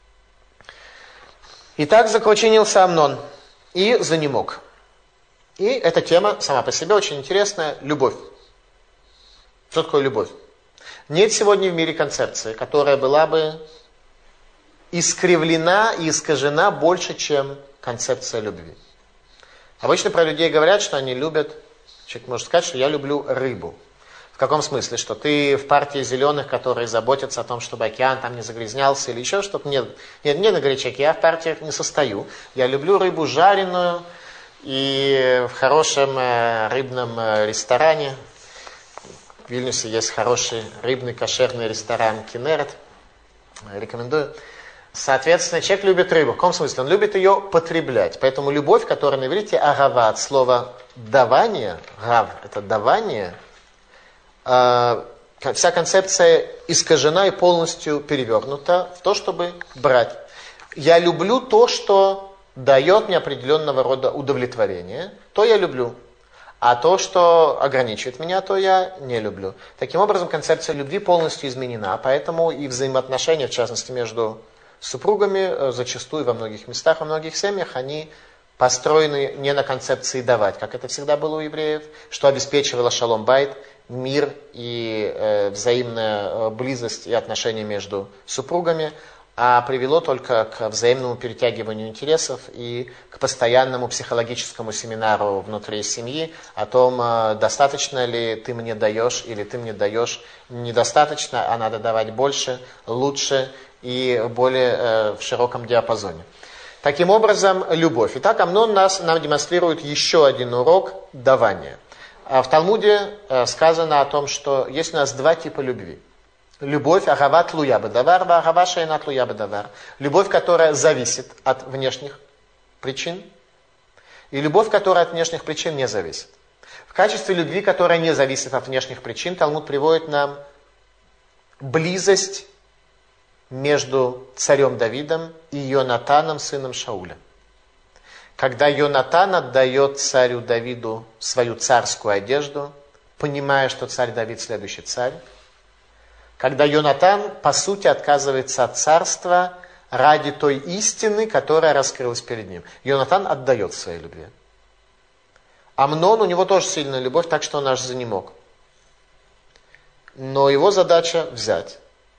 Итак, закручинился Амнон и занемог. И эта тема сама по себе очень интересная. Любовь. Что такое любовь? Нет сегодня в мире концепции, которая была бы искривлена и искажена больше, чем концепция любви. Обычно про людей говорят, что они любят... Человек может сказать, что я люблю рыбу. В каком смысле? Что ты в партии зеленых, которые заботятся о том, чтобы океан там не загрязнялся или еще что-то. Нет, не на горячаке, я в партиях не состою. Я люблю рыбу жареную и в хорошем рыбном ресторане. В Вильнюсе есть хороший рыбный кошерный ресторан Кинерет. Рекомендую. Соответственно, человек любит рыбу. В каком смысле? Он любит ее потреблять. Поэтому любовь, которая на иврите агава, от слова давание, гав, это давание, вся концепция искажена и полностью перевернута в то, чтобы брать. Я люблю то, что дает мне определенного рода удовлетворение, то я люблю. А то, что ограничивает меня, то я не люблю. Таким образом, концепция любви полностью изменена, поэтому и взаимоотношения, в частности, между супругами, зачастую во многих местах, во многих семьях, они построены не на концепции давать, как это всегда было у евреев, что обеспечивало шалом байт, мир и взаимная близость и отношения между супругами, а привело только к взаимному перетягиванию интересов и к постоянному психологическому семинару внутри семьи о том, достаточно ли ты мне даешь или ты мне даешь недостаточно, а надо давать больше, лучше и более в широком диапазоне. Таким образом, любовь. Итак, Амнон нам демонстрирует еще один урок давания. В Талмуде сказано о том, что есть у нас два типа любви. Любовь агава тлуя бедавар, агава шейна тлуя бедавар. Любовь, которая зависит от внешних причин, и любовь, которая от внешних причин не зависит. В качестве любви, которая не зависит от внешних причин, Талмуд приводит нам близость между царем Давидом и Йонатаном, сыном Шауля. Когда Йонатан отдает царю Давиду свою царскую одежду, понимая, что царь Давид следующий царь, когда Йонатан, по сути, отказывается от царства ради той истины, которая раскрылась перед ним. Йонатан отдает своей любви. Амнон, у него тоже сильная любовь, так что он аж занемог. Но его задача взять.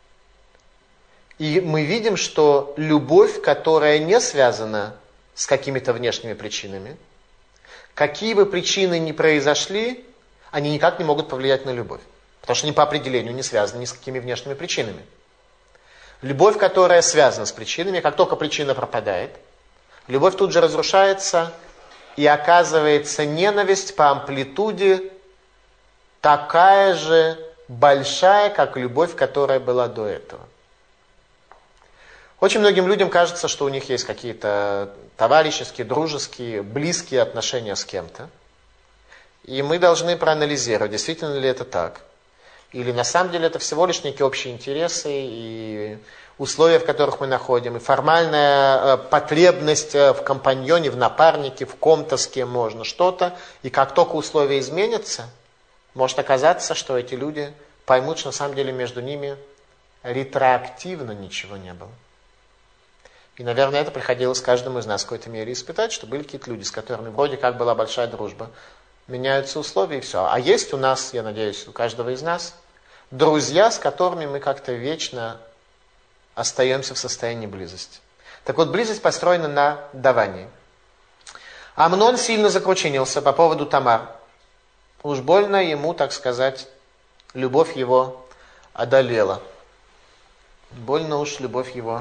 И мы видим, что любовь, которая не связана с какими-то внешними причинами, какие бы причины ни произошли, они никак не могут повлиять на любовь. Потому что они по определению не связаны ни с какими внешними причинами. Любовь, которая связана с причинами, как только причина пропадает, любовь тут же разрушается, и оказывается ненависть по амплитуде такая же большая, как любовь, которая была до этого. Очень многим людям кажется, что у них есть какие-то товарищеские, дружеские, близкие отношения с кем-то. И мы должны проанализировать, действительно ли это так. Или на самом деле это всего лишь некие общие интересы и условия, в которых мы находим. И формальная потребность в компаньоне, в напарнике, в ком-то, с кем можно что-то. И как только условия изменятся, может оказаться, что эти люди поймут, что на самом деле между ними ретроактивно ничего не было. И, наверное, это приходилось каждому из нас в какой-то мере испытать, что были какие-то люди, с которыми вроде как была большая дружба. Меняются условия и все. А есть у нас, я надеюсь, у каждого из нас, друзья, с которыми мы как-то вечно остаемся в состоянии близости. Так вот, близость построена на давании. Амнон сильно закручинился по поводу Тамар. Уж больно ему, так сказать, любовь его одолела. Больно уж любовь его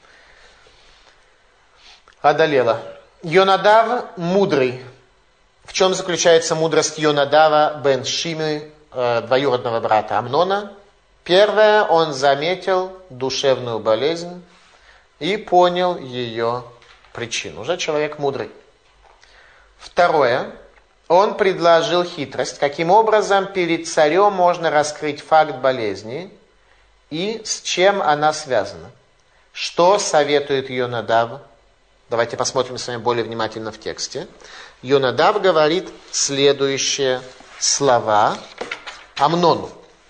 одолела. Йонадав мудрый. В чем заключается мудрость Йонадава бен Шимы, двоюродного брата Амнона? Первое, он заметил душевную болезнь и понял ее причину. Уже человек мудрый. Второе, он предложил хитрость, каким образом перед царем можно раскрыть факт болезни и с чем она связана. Что советует Йонадав? Давайте посмотрим с вами более внимательно в тексте. Йонадав говорит следующие слова Амнону.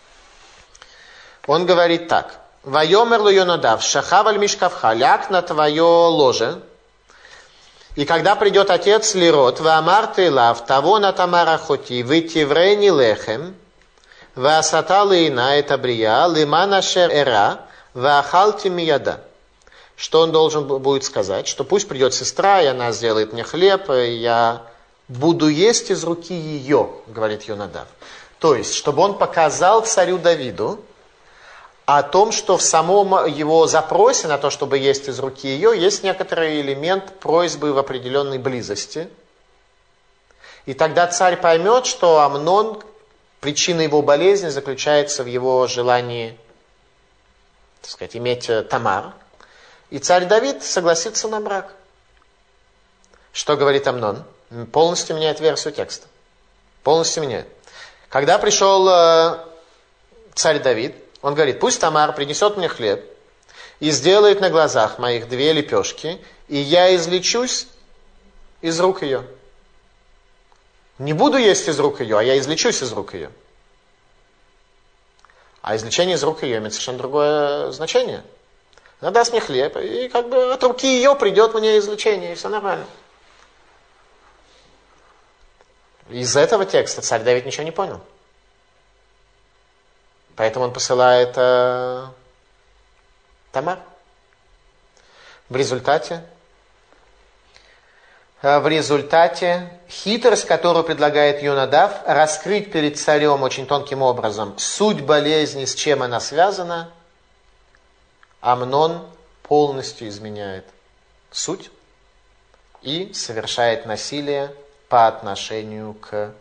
Он говорит так. «Вайомерлу Йонадав, шахаваль мишкавха, ляг на твое ложе, и когда придет отец Лирот, ваамар ты лав, того на тамарахоти, вытиврени лехем, ваасата лейна это брия, лимана шер эра, ваахалти мияда». Что он должен будет сказать? Что пусть придет сестра, и она сделает мне хлеб, и я буду есть из руки ее, говорит Йонадав. То есть, чтобы он показал царю Давиду о том, что в самом его запросе на то, чтобы есть из руки ее, есть некоторый элемент просьбы в определенной близости. И тогда царь поймет, что Амнон, причина его болезни заключается в его желании, так сказать, иметь Тамар. И царь Давид согласится на брак. Что говорит Амнон? Полностью меняет версию текста. Полностью меняет. Когда пришел царь Давид, он говорит, пусть Тамар принесет мне хлеб и сделает на глазах моих 2 лепешки, и я излечусь из рук ее. Не буду есть из рук ее, а я излечусь из рук ее. А излечение из рук ее имеет совершенно другое значение. Она даст мне хлеб, и как бы от руки ее придет мне излечение, и все нормально. Из этого текста царь Давид ничего не понял. Поэтому он посылает Тамар. В результате хитрость, которую предлагает Йонадав, раскрыть перед царем очень тонким образом суть болезни, с чем она связана, Амнон полностью изменяет суть и совершает насилие по отношению к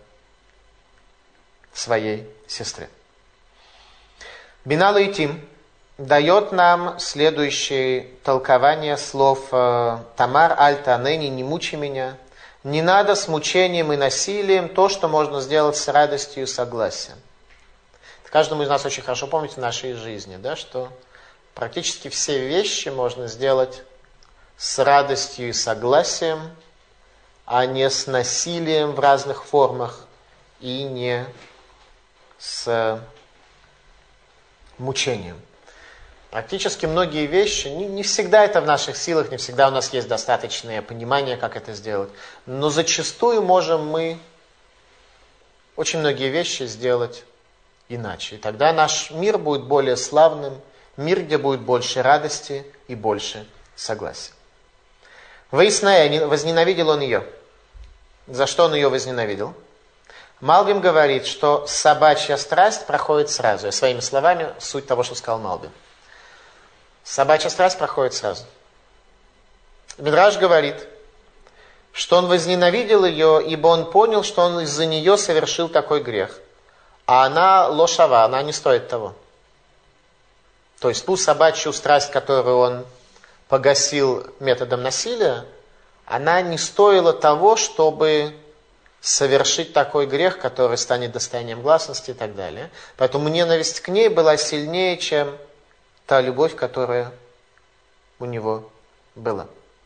своей сестре. Бина Лейтим дает нам следующее толкование слов Тамар аль-Танени, не мучи меня. Не надо с мучением и насилием то, что можно сделать с радостью и согласием. Каждому из нас очень хорошо помнить в нашей жизни, да, что практически все вещи можно сделать с радостью и согласием, а не с насилием в разных формах и не с мучением. Практически многие вещи, не всегда это в наших силах, не всегда у нас есть достаточное понимание, как это сделать, но зачастую можем мы очень многие вещи сделать иначе. И тогда наш мир будет более славным, мир, где будет больше радости и больше согласия. Ваисная, возненавидел он ее. За что он ее возненавидел? Малбим говорит, что собачья страсть проходит сразу. Я своими словами суть того, что сказал Малбим. Собачья страсть проходит сразу. Мидраш говорит, что он возненавидел ее, ибо он понял, что он из-за нее совершил такой грех. А она лошава, она не стоит того. То есть ту собачью страсть, которую он погасил методом насилия, она не стоила того, чтобы совершить такой грех, который станет достоянием гласности и так далее. Поэтому ненависть к ней была сильнее, чем та любовь, которая у него была.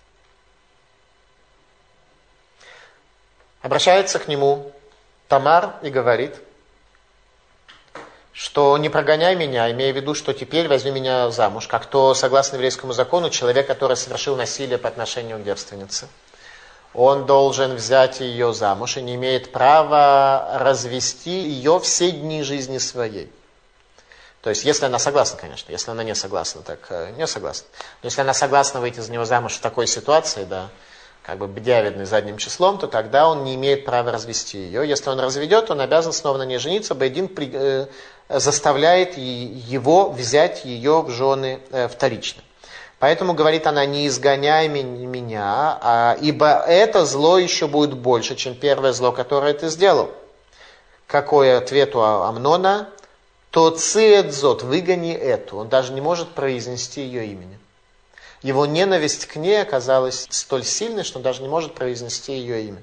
Обращается к нему Тамар и говорит, что не прогоняй меня, имея в виду, что теперь возьми меня замуж, как то, согласно еврейскому закону, человек, который совершил насилие по отношению к девственнице. Он должен взять ее замуж и не имеет права развести ее все дни жизни своей. То есть, если она согласна, конечно. Если она не согласна, так не согласна. Но если она согласна выйти за него замуж в такой ситуации, да, как бы бдявидный задним числом, то тогда он не имеет права развести ее. Если он разведет, он обязан снова на ней жениться. Бейдин заставляет его взять ее в жены вторично. Поэтому, говорит она, не изгоняй меня, ибо это зло еще будет больше, чем первое зло, которое ты сделал. Какой ответ у Амнона? То циэдзот, выгони эту. Он даже не может произнести ее имени. Его ненависть к ней оказалась столь сильной, что он даже не может произнести ее имя.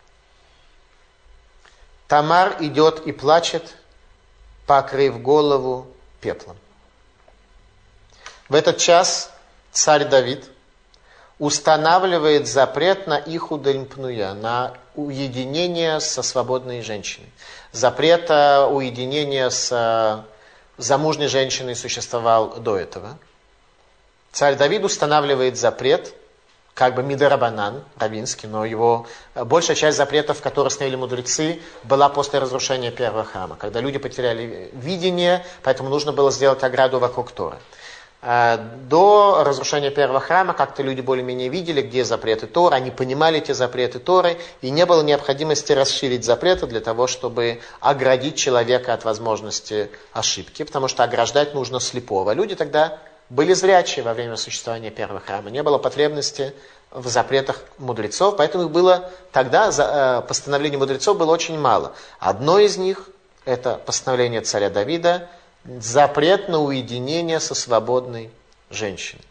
Тамар идет и плачет, покрыв голову пеплом. В этот час царь Давид устанавливает запрет на ихудэль пнуя, на уединение со свободной женщиной. Запрет уединения с замужней женщиной существовал до этого. Царь Давид устанавливает запрет, как бы мидарабанан, раввинский, но его большая часть запретов, которые установили мудрецы, была после разрушения первого храма, когда люди потеряли видение, поэтому нужно было сделать ограду вокруг Торы. До разрушения первого храма как-то люди более-менее видели, где запреты Торы, они понимали эти запреты Торы, и не было необходимости расширить запреты для того, чтобы оградить человека от возможности ошибки, потому что ограждать нужно слепого. Люди тогда были зрячие во время существования первого храма, не было потребности в запретах мудрецов, поэтому их было тогда, постановлений мудрецов было очень мало. Одно из них, это постановление царя Давида, запрет на уединение со свободной женщиной.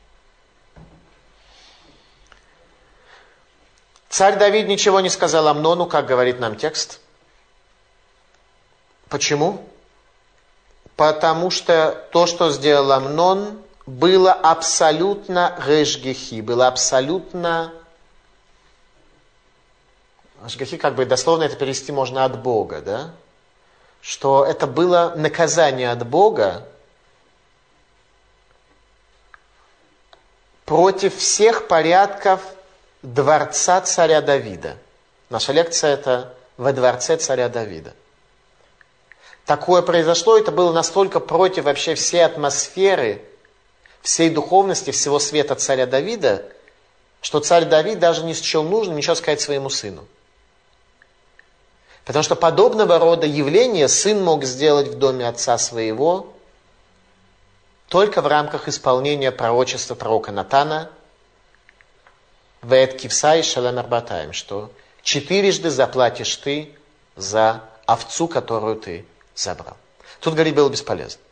Царь Давид ничего не сказал Амнону, как говорит нам текст. Почему? Потому что то, что сделал Амнон, было абсолютно решгехи, было абсолютно... Решгехи, как бы дословно это перевести можно от Бога, да? Что это было наказание от Бога против всех порядков дворца царя Давида. Наша лекция это «Во дворце царя Давида». Такое произошло, это было настолько против вообще всей атмосферы, всей духовности, всего света царя Давида, что царь Давид даже не счел нужным ничего сказать своему сыну. Потому что подобного рода явления сын мог сделать в доме отца своего только в рамках исполнения пророчества пророка Натана «Вэт кивса и шалем арбатаем», что 4 заплатишь ты за овцу, которую ты забрал. Тут говорить было бесполезно.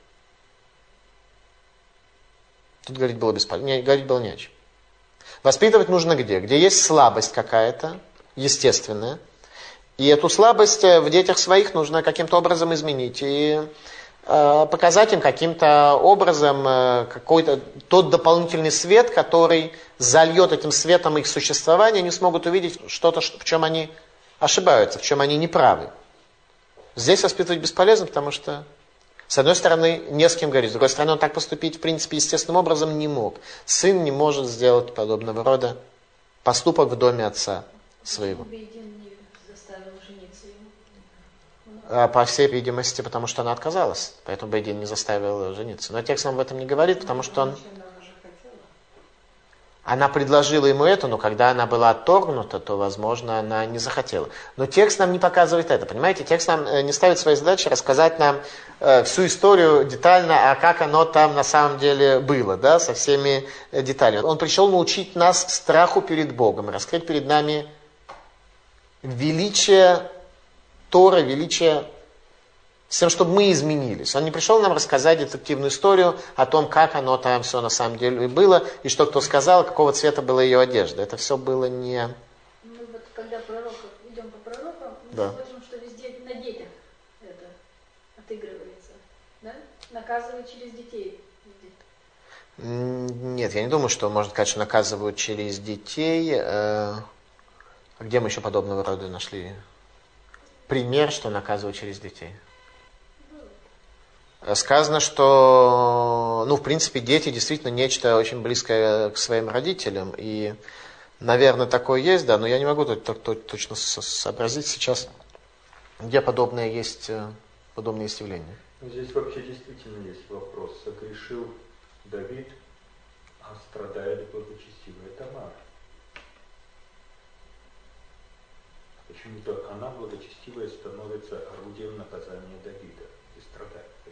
Тут говорить было бесполезно. Говорить было не о чем. Воспитывать нужно где? Где есть слабость какая-то, естественная. И эту слабость в детях своих нужно каким-то образом изменить. И показать им каким-то образом какой-то тот дополнительный свет, который зальет этим светом их существование, они смогут увидеть что-то, в чем они ошибаются, в чем они неправы. Здесь воспитывать бесполезно, потому что, с одной стороны, не с кем говорить, с другой стороны, он так поступить, в принципе, естественным образом не мог. Сын не может сделать подобного рода поступок в доме отца своего. По всей видимости, потому что она отказалась. Поэтому Бейдин не заставил жениться. Но текст нам об этом не говорит, потому что она предложила ему это, но когда она была отторгнута, то, возможно, она не захотела. Но текст нам не показывает это. Понимаете, текст нам не ставит своей задачей рассказать нам всю историю детально, а как оно там на самом деле было, да, со всеми деталями. Он пришел научить нас страху перед Богом, раскрыть перед нами величие Торы, величие, с тем, чтобы мы изменились. Он не пришел нам рассказать детективную историю о том, как оно там все на самом деле было, и что кто сказал, какого цвета была ее одежда. Это все было не... Мы вот когда идем по пророкам, мы смотрим, что везде на детях это отыгрывается. Да? Наказывают через детей. Нет, я не думаю, что можно сказать, что наказывают через детей. Где мы еще подобного рода нашли пример, что наказывают через детей? Сказано, что, в принципе, дети действительно нечто очень близкое к своим родителям. И, наверное, такое есть, да, но я не могу точно сообразить сейчас, где подобные есть явления. Здесь вообще действительно есть вопрос. Согрешил Давид, а страдает благочестивая Тамара. Почему-то она, благочестивая, становится орудием наказания Давида и страдает за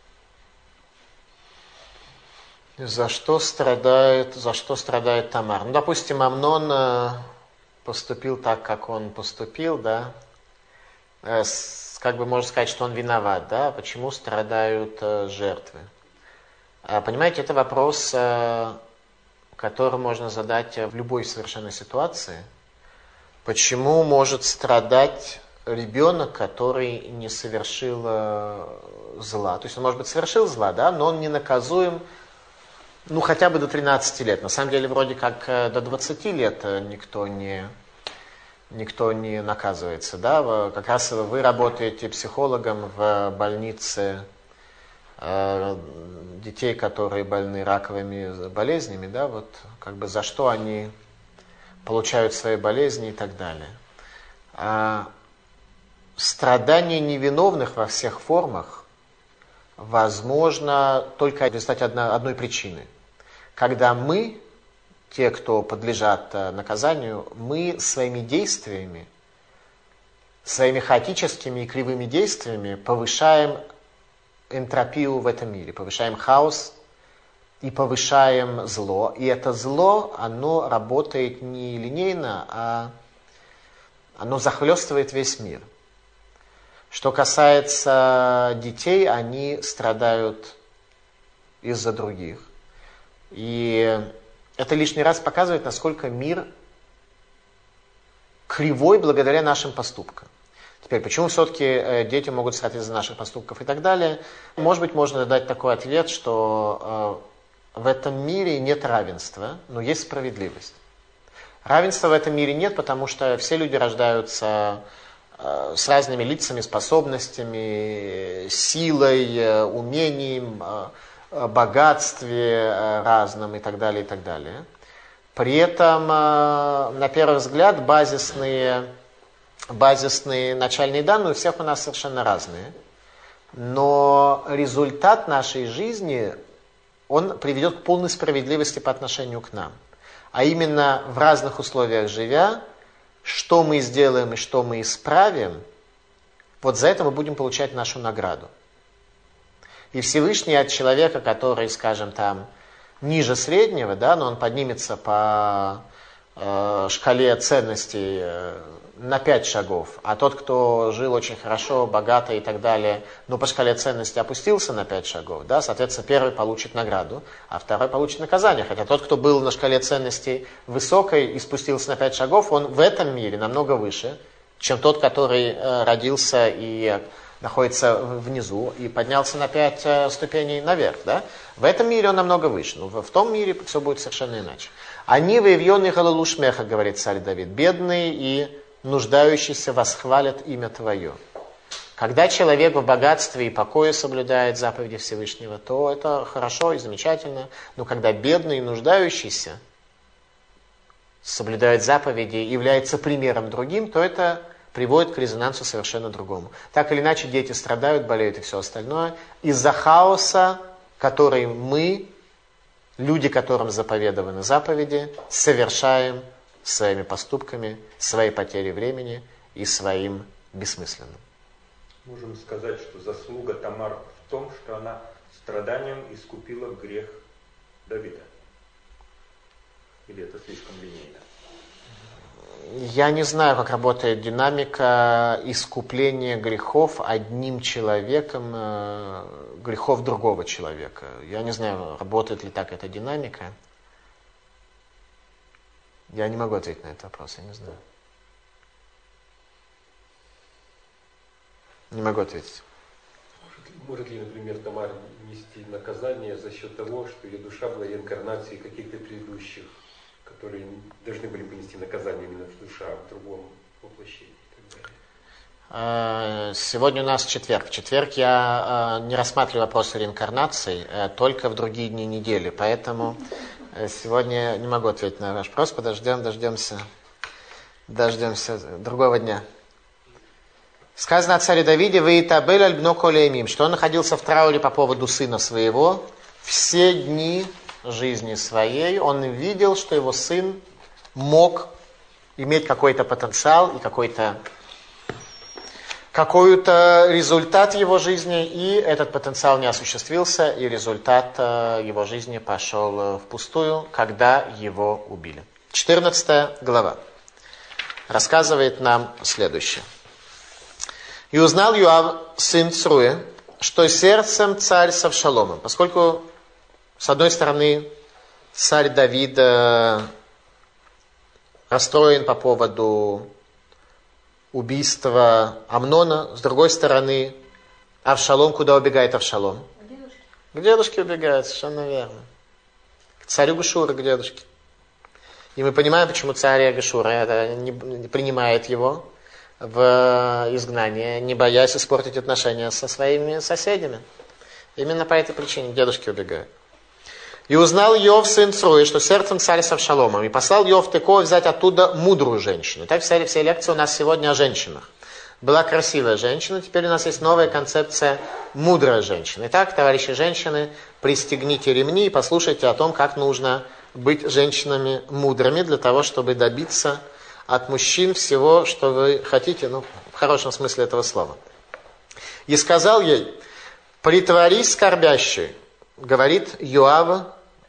это. За что страдает Тамар? Допустим, Амнон поступил так, как он поступил, да. Как бы можно сказать, что он виноват, да. Почему страдают жертвы? Понимаете, это вопрос, который можно задать в любой совершенно ситуации. Почему может страдать ребенок, который не совершил зла? То есть он, может быть, совершил зла, да, но он не наказуем хотя бы до 13 лет. На самом деле, вроде как до 20 лет никто не наказывается. Да? Как раз вы работаете психологом в больнице детей, которые больны раковыми болезнями, да, вот как бы за что они получают свои болезни и так далее. А страдания невиновных во всех формах возможно только в результате одной причины. Когда мы, те, кто подлежат наказанию, мы своими действиями, своими хаотическими и кривыми действиями повышаем энтропию в этом мире, повышаем хаос и повышаем зло. И это зло, оно работает не линейно, а оно захлестывает весь мир. Что касается детей, они страдают из-за других. И это лишний раз показывает, насколько мир кривой благодаря нашим поступкам. Теперь, почему все-таки дети могут страдать из-за наших поступков и так далее? Может быть, можно дать такой ответ, что в этом мире нет равенства, но есть справедливость. Равенства в этом мире нет, потому что все люди рождаются с разными лицами, способностями, силой, умением, богатстве разным и так далее, и так далее. При этом, на первый взгляд, базисные начальные данные у всех у нас совершенно разные. Но результат нашей жизни, он приведет к полной справедливости по отношению к нам. А именно в разных условиях живя, что мы сделаем и что мы исправим, вот за это мы будем получать нашу награду. И Всевышний от человека, который, скажем, там ниже среднего, да, но он поднимется по шкале ценностей на 5 шагов, а тот, кто жил очень хорошо, богато и так далее, но по шкале ценностей опустился на 5 шагов, да, соответственно, первый получит награду, а второй получит наказание. Хотя тот, кто был на шкале ценностей высокой и спустился на 5 шагов, он в этом мире намного выше, чем тот, который родился и находится внизу и поднялся на 5 ступеней наверх. Да? В этом мире он намного выше, но в том мире все будет совершенно иначе. «Они воевьённые галалу шмеха», говорит царь Давид, «бедные и нуждающиеся восхвалят имя Твое». Когда человек в богатстве и покое соблюдает заповеди Всевышнего, то это хорошо и замечательно. Но когда бедный и нуждающийся соблюдает заповеди и является примером другим, то это приводит к резонансу совершенно другому. Так или иначе, дети страдают, болеют и все остальное из-за хаоса, который мы, люди, которым заповедованы заповеди, совершаем своими поступками, своей потерей времени и своим бессмысленным. Можем сказать, что заслуга Тамар в том, что она страданием искупила грех Давида. Или это слишком линейно? Я не знаю, как работает динамика искупления грехов одним человеком, грехов другого человека. Я не знаю, работает ли так эта динамика. Я не могу ответить на этот вопрос, я не знаю. Не могу ответить. Может ли, например, Тамар нести наказание за счет того, что ее душа была реинкарнацией каких-то предыдущих, которые должны были понести наказание именно в душа, в другом воплощении и так далее? Сегодня у нас четверг. В четверг я не рассматриваю вопросы реинкарнации, только в другие дни недели. Поэтому сегодня не могу ответить на ваш вопрос. Дождемся другого дня. Сказано о царе Давиде: «Ваитабель аль бно колеемим», что он находился в трауре по поводу сына своего. Все дни жизни своей он видел, что его сын мог иметь какой-то потенциал и какой-то результат его жизни, и этот потенциал не осуществился, и результат его жизни пошел впустую, когда его убили. 14 глава рассказывает нам следующее. «И узнал Йоав, сын Цруя, что сердцем царь с Авшаломом», поскольку, с одной стороны, царь Давид расстроен по поводу убийства Амнона, с другой стороны, Авшалом, куда убегает Авшалом? К дедушке. К дедушке убегает, совершенно верно. к царю Гешура, к дедушке. И мы понимаем, почему царь Гешура не принимает его в изгнание, не боясь испортить отношения со своими соседями. Именно по этой причине дедушки убегают. И узнал Йов, сын Цруи, что сердцем царь с Авшаломом. И послал Йов Текоа взять оттуда мудрую женщину. Так вся лекция у нас сегодня о женщинах. Была красивая женщина, теперь у нас есть новая концепция мудрая женщина. Итак, товарищи женщины, пристегните ремни и послушайте о том, как нужно быть женщинами мудрыми для того, чтобы добиться от мужчин всего, что вы хотите, в хорошем смысле этого слова. И сказал ей: притворись скорбящей, говорит Йоав,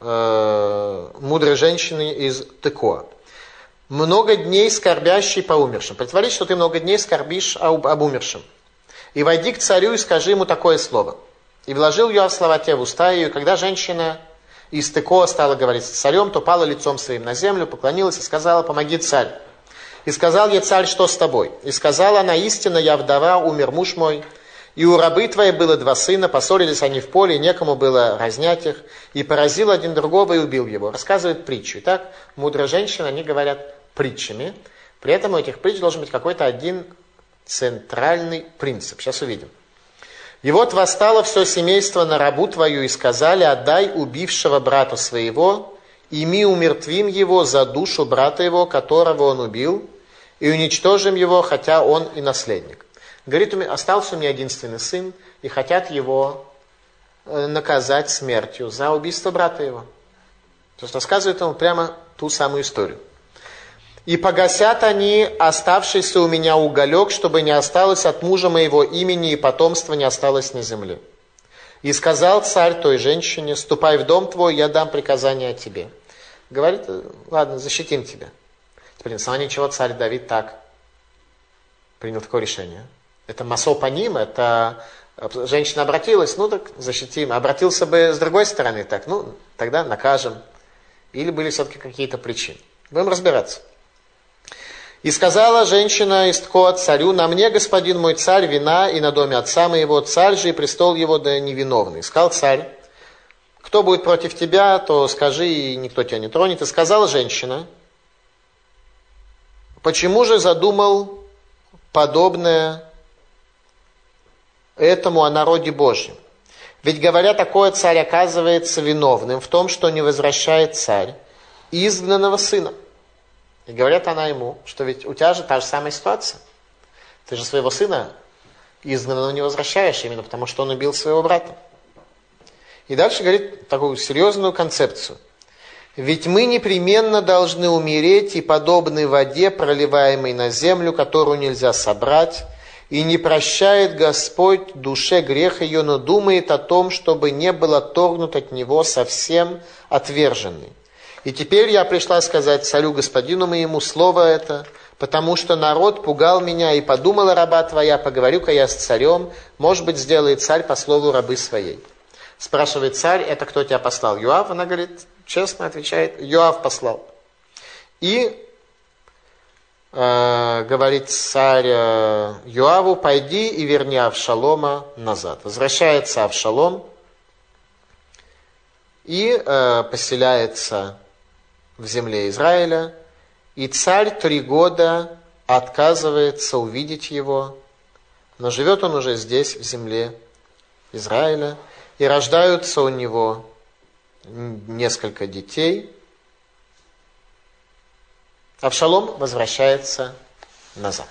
мудрой женщине из Текоа. Много дней скорбящий по умершим. Притворись, что ты много дней скорбишь об умершем. И войди к царю и скажи ему такое слово. И вложил Йоав слова те в уста ее, и когда женщина из Текоа стала говорить с царем, то пала лицом своим на землю, поклонилась и сказала: помоги, царь. И сказал ей царь: что с тобой? И сказала она: истинно я вдова, умер муж мой, и у рабы твоей было 2 сына, поссорились они в поле, и некому было разнять их, и поразил один другого и убил его. Рассказывает притчу. Итак, мудрые женщины, они говорят притчами. При этом у этих притч должен быть какой-то один центральный принцип. Сейчас увидим. И вот восстало все семейство на рабу твою, и сказали: отдай убившего брата своего, и мы умертвим его за душу брата его, которого он убил, и уничтожим его, хотя он и наследник. Говорит: остался у меня единственный сын, и хотят его наказать смертью за убийство брата его. То есть рассказывает ему прямо ту самую историю. И погасят они оставшийся у меня уголек, чтобы не осталось от мужа моего имени, и потомства не осталось на земле. И сказал царь той женщине: ступай в дом твой, я дам приказание о тебе. Говорит: ладно, защитим тебя. Теперь на самом деле чего царь Давид так принял такое решение? Это масо по ним, это женщина обратилась, так защитим. Обратился бы с другой стороны, так, тогда накажем. Или были все-таки какие-то причины. Будем разбираться. И сказала женщина из Текоа царю: на мне, господин мой царь, вина, и на доме отца моего, царь же и престол его да невиновный. Сказал царь: кто будет против тебя, то скажи, и никто тебя не тронет. И сказала женщина: почему же задумал подобное этому о народе Божьем? Ведь, говоря такое, царь оказывается виновным в том, что не возвращает царь изгнанного сына. И говорят она ему, что ведь у тебя же та же самая ситуация. Ты же своего сына изгнанного не возвращаешь, именно потому что он убил своего брата. И дальше говорит такую серьезную концепцию. Ведь мы непременно должны умереть и подобны воде, проливаемой на землю, которую нельзя собрать, и не прощает Господь душе грех ее, но думает о том, чтобы не был отторгнут от него совсем отверженный. И теперь я пришла сказать царю господину моему слово это, потому что народ пугал меня, и подумала раба твоя: поговорю-ка я с царем, может быть, сделает царь по слову рабы своей. Спрашивает царь: это кто тебя послал? Йоав? Она говорит, честно отвечает: Йоав послал. И говорит царь Йоаву: пойди и верни Авшалома назад. Возвращается Авшалом и поселяется в земле Израиля, и царь 3 года отказывается увидеть его, но живет он уже здесь, в земле Израиля, и рождаются у него несколько детей. Авшалом возвращается назад.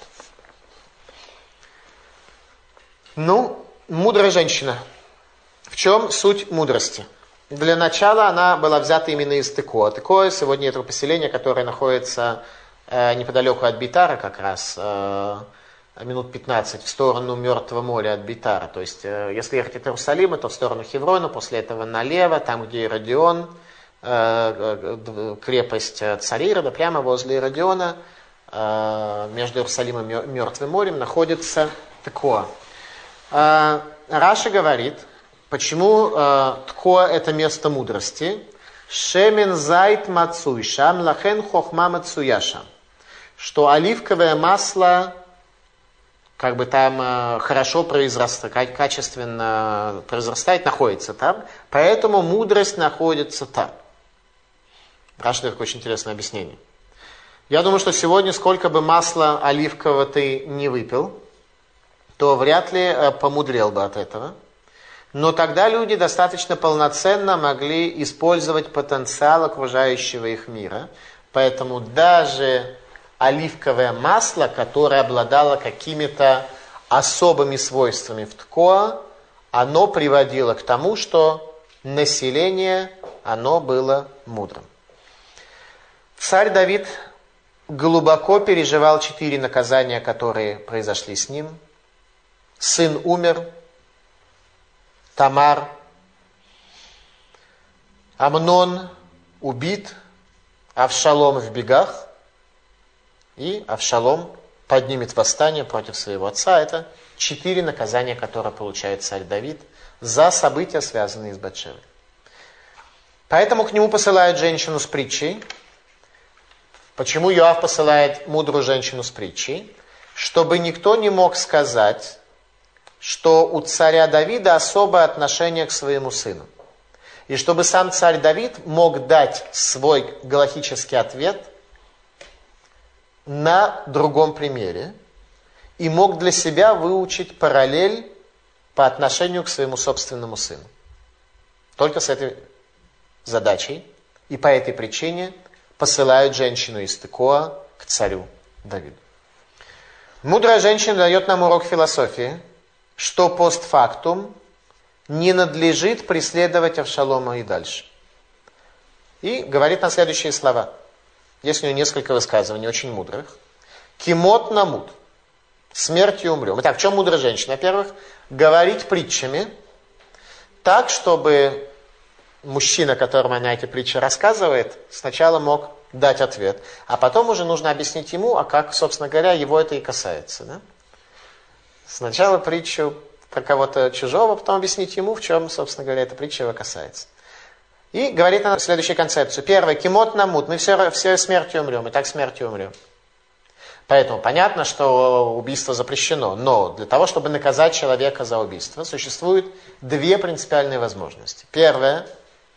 Мудрая женщина. В чем суть мудрости? Для начала она была взята именно из Текоа. Текоа сегодня это поселение, которое находится неподалеку от Бейтара, как раз минут 15 в сторону Мертвого моря от Бейтара. То есть, если ехать от Иерусалима, то в сторону Хеврона, после этого налево, там, где Иродион, крепость царя Ирода, прямо возле Иродиона, между Иерусалимом и Мертвым морем, находится Текоа. Раши говорит, почему Текоа это место мудрости. Шемен зайт мацуй шам лахен хохма мацуяшам. Что оливковое масло там хорошо произрастает, качественно произрастает, находится там. Поэтому мудрость находится там. Раши дает очень интересное объяснение. Я думаю, что сегодня, сколько бы масла оливкового ты не выпил, то вряд ли помудрел бы от этого. Но тогда люди достаточно полноценно могли использовать потенциал окружающего их мира. Поэтому даже оливковое масло, которое обладало какими-то особыми свойствами в ткоа, оно приводило к тому, что население, оно было мудрым. Царь Давид глубоко переживал 4 наказания, которые произошли с ним. Сын умер, Тамар, Амнон убит, Авшалом в бегах, и Авшалом поднимет восстание против своего отца. Это 4 наказания, которые получает царь Давид за события, связанные с Батшевой. Поэтому к нему посылают женщину с притчей. Почему Йоав посылает мудрую женщину с притчей? Чтобы никто не мог сказать, что у царя Давида особое отношение к своему сыну. И чтобы сам царь Давид мог дать свой галахический ответ на другом примере и мог для себя выучить параллель по отношению к своему собственному сыну. Только с этой задачей и по этой причине посылают женщину из Текоа к царю Давиду. Мудрая женщина дает нам урок философии, что постфактум не надлежит преследовать Авшалома и дальше. И говорит нам следующие слова. Есть у нее несколько высказываний, очень мудрых. Кимот намут. Смертью умрем. Итак, в чем мудрая женщина? Во-первых, говорить притчами так, чтобы мужчина, которому она эти притчи рассказывает, сначала мог дать ответ, а потом уже нужно объяснить ему, а как, собственно говоря, его это и касается. Да? Сначала притчу про кого-то чужого, потом объяснить ему, в чем, собственно говоря, эта притча его касается. И говорит она следующую концепцию. Первое, кимот намут, мы все смертью умрем, и так смертью умрем. Поэтому понятно, что убийство запрещено, но для того, чтобы наказать человека за убийство, существует 2 принципиальные возможности. Первое,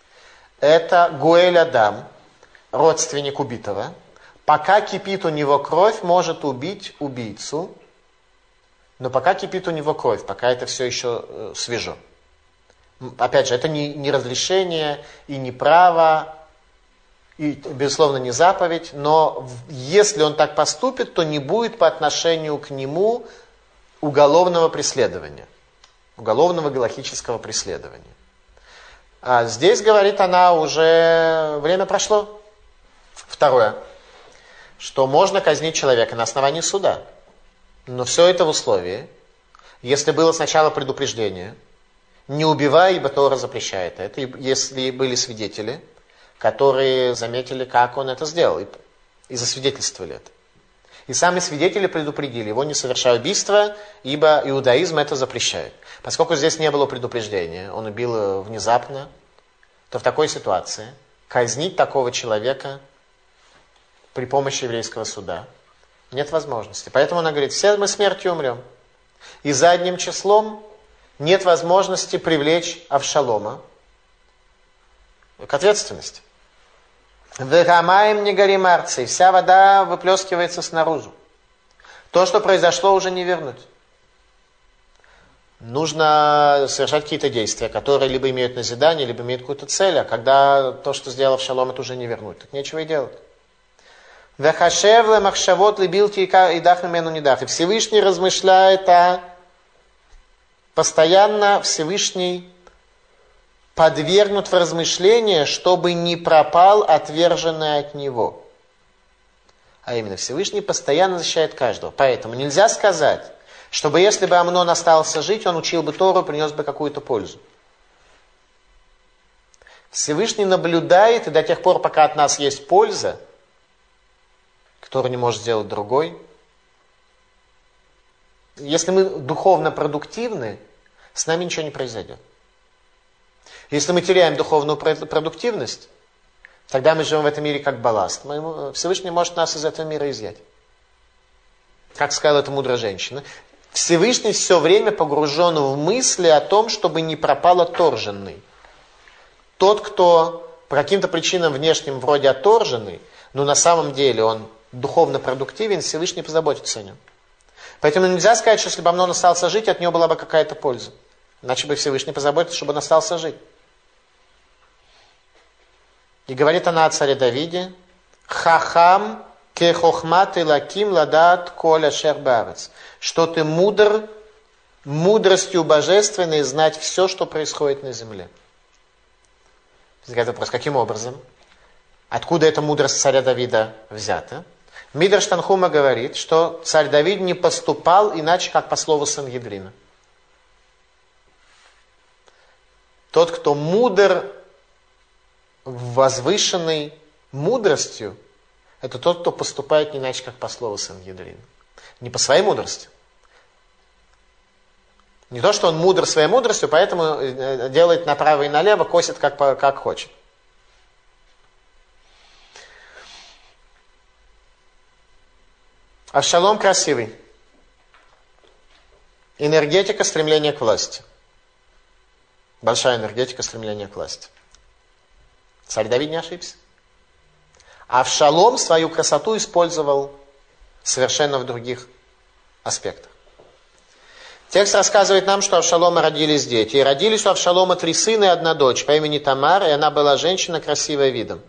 это Гуэль Адам, родственник убитого. Пока кипит у него кровь, может убить убийцу, но пока кипит у него кровь, пока это все еще свежо. Опять же, это не разрешение и не право, и, безусловно, не заповедь, но если он так поступит, то не будет по отношению к нему уголовного преследования, уголовного галахического преследования. А здесь, говорит она, уже время прошло. Второе, что можно казнить человека на основании суда. Но все это в условии, если было сначала предупреждение, не убивай, ибо Тора запрещает это, если были свидетели, которые заметили, как он это сделал, и засвидетельствовали это. И сами свидетели предупредили его, не совершай убийства, ибо иудаизм это запрещает. Поскольку здесь не было предупреждения, он убил внезапно, то в такой ситуации казнить такого человека при помощи еврейского суда нет возможности. Поэтому она говорит, все мы смертью умрем. И задним числом нет возможности привлечь Авшалома к ответственности. Вегамаем не горим арцей, вся вода выплескивается снаружи. То, что произошло, уже не вернуть. Нужно совершать какие-то действия, которые либо имеют назидание, либо имеют какую-то цель, а когда то, что сделал Авшалом, это уже не вернуть. Тут нечего и делать. Вехашевле махшавот либилти и дахну мену не дах. И Всевышний размышляет постоянно Всевышний подвергнут в размышление, чтобы не пропал отверженный от него. А именно, Всевышний постоянно защищает каждого. Поэтому нельзя сказать, чтобы если бы Амнон остался жить, он учил бы Тору, принес бы какую-то пользу. Всевышний наблюдает, и до тех пор, пока от нас есть польза, которую не может сделать другой, если мы духовно продуктивны, с нами ничего не произойдет. Если мы теряем духовную продуктивность, тогда мы живем в этом мире как балласт. Всевышний может нас из этого мира изъять. Как сказала эта мудрая женщина, Всевышний все время погружен в мысли о том, чтобы не пропал отторженный. Тот, кто по каким-то причинам внешним вроде отторженный, но на самом деле он духовно продуктивен, Всевышний позаботится о нем. Поэтому нельзя сказать, что если бы Амнон остался жить, от него была бы какая-то польза. Иначе бы Всевышний позаботился, чтобы он остался жить. И говорит она о царе Давиде: «Хахам кехохмат илаким ладат коля шербарец», что ты мудр, мудростью божественной знать все, что происходит на земле. Возникает вопрос, каким образом? Откуда эта мудрость царя Давида взята? Мидраш Танхума говорит, что царь Давид не поступал иначе, как по слову Сангедрина. Тот, кто мудр, возвышенный мудростью, это тот, кто поступает не иначе, как по слову Сангедрина. Не по своей мудрости. Не то, что он мудр своей мудростью, поэтому делает направо и налево, косит как хочет. Авшалом красивый. Энергетика стремления к власти. Большая энергетика стремления к власти. Царь Давид не ошибся. Авшалом свою красоту использовал совершенно в других аспектах. Текст рассказывает нам, что у Авшалома родились дети. И родились у Авшалома 3 сына и 1 дочь по имени Тамар, и она была женщина, красивая видом.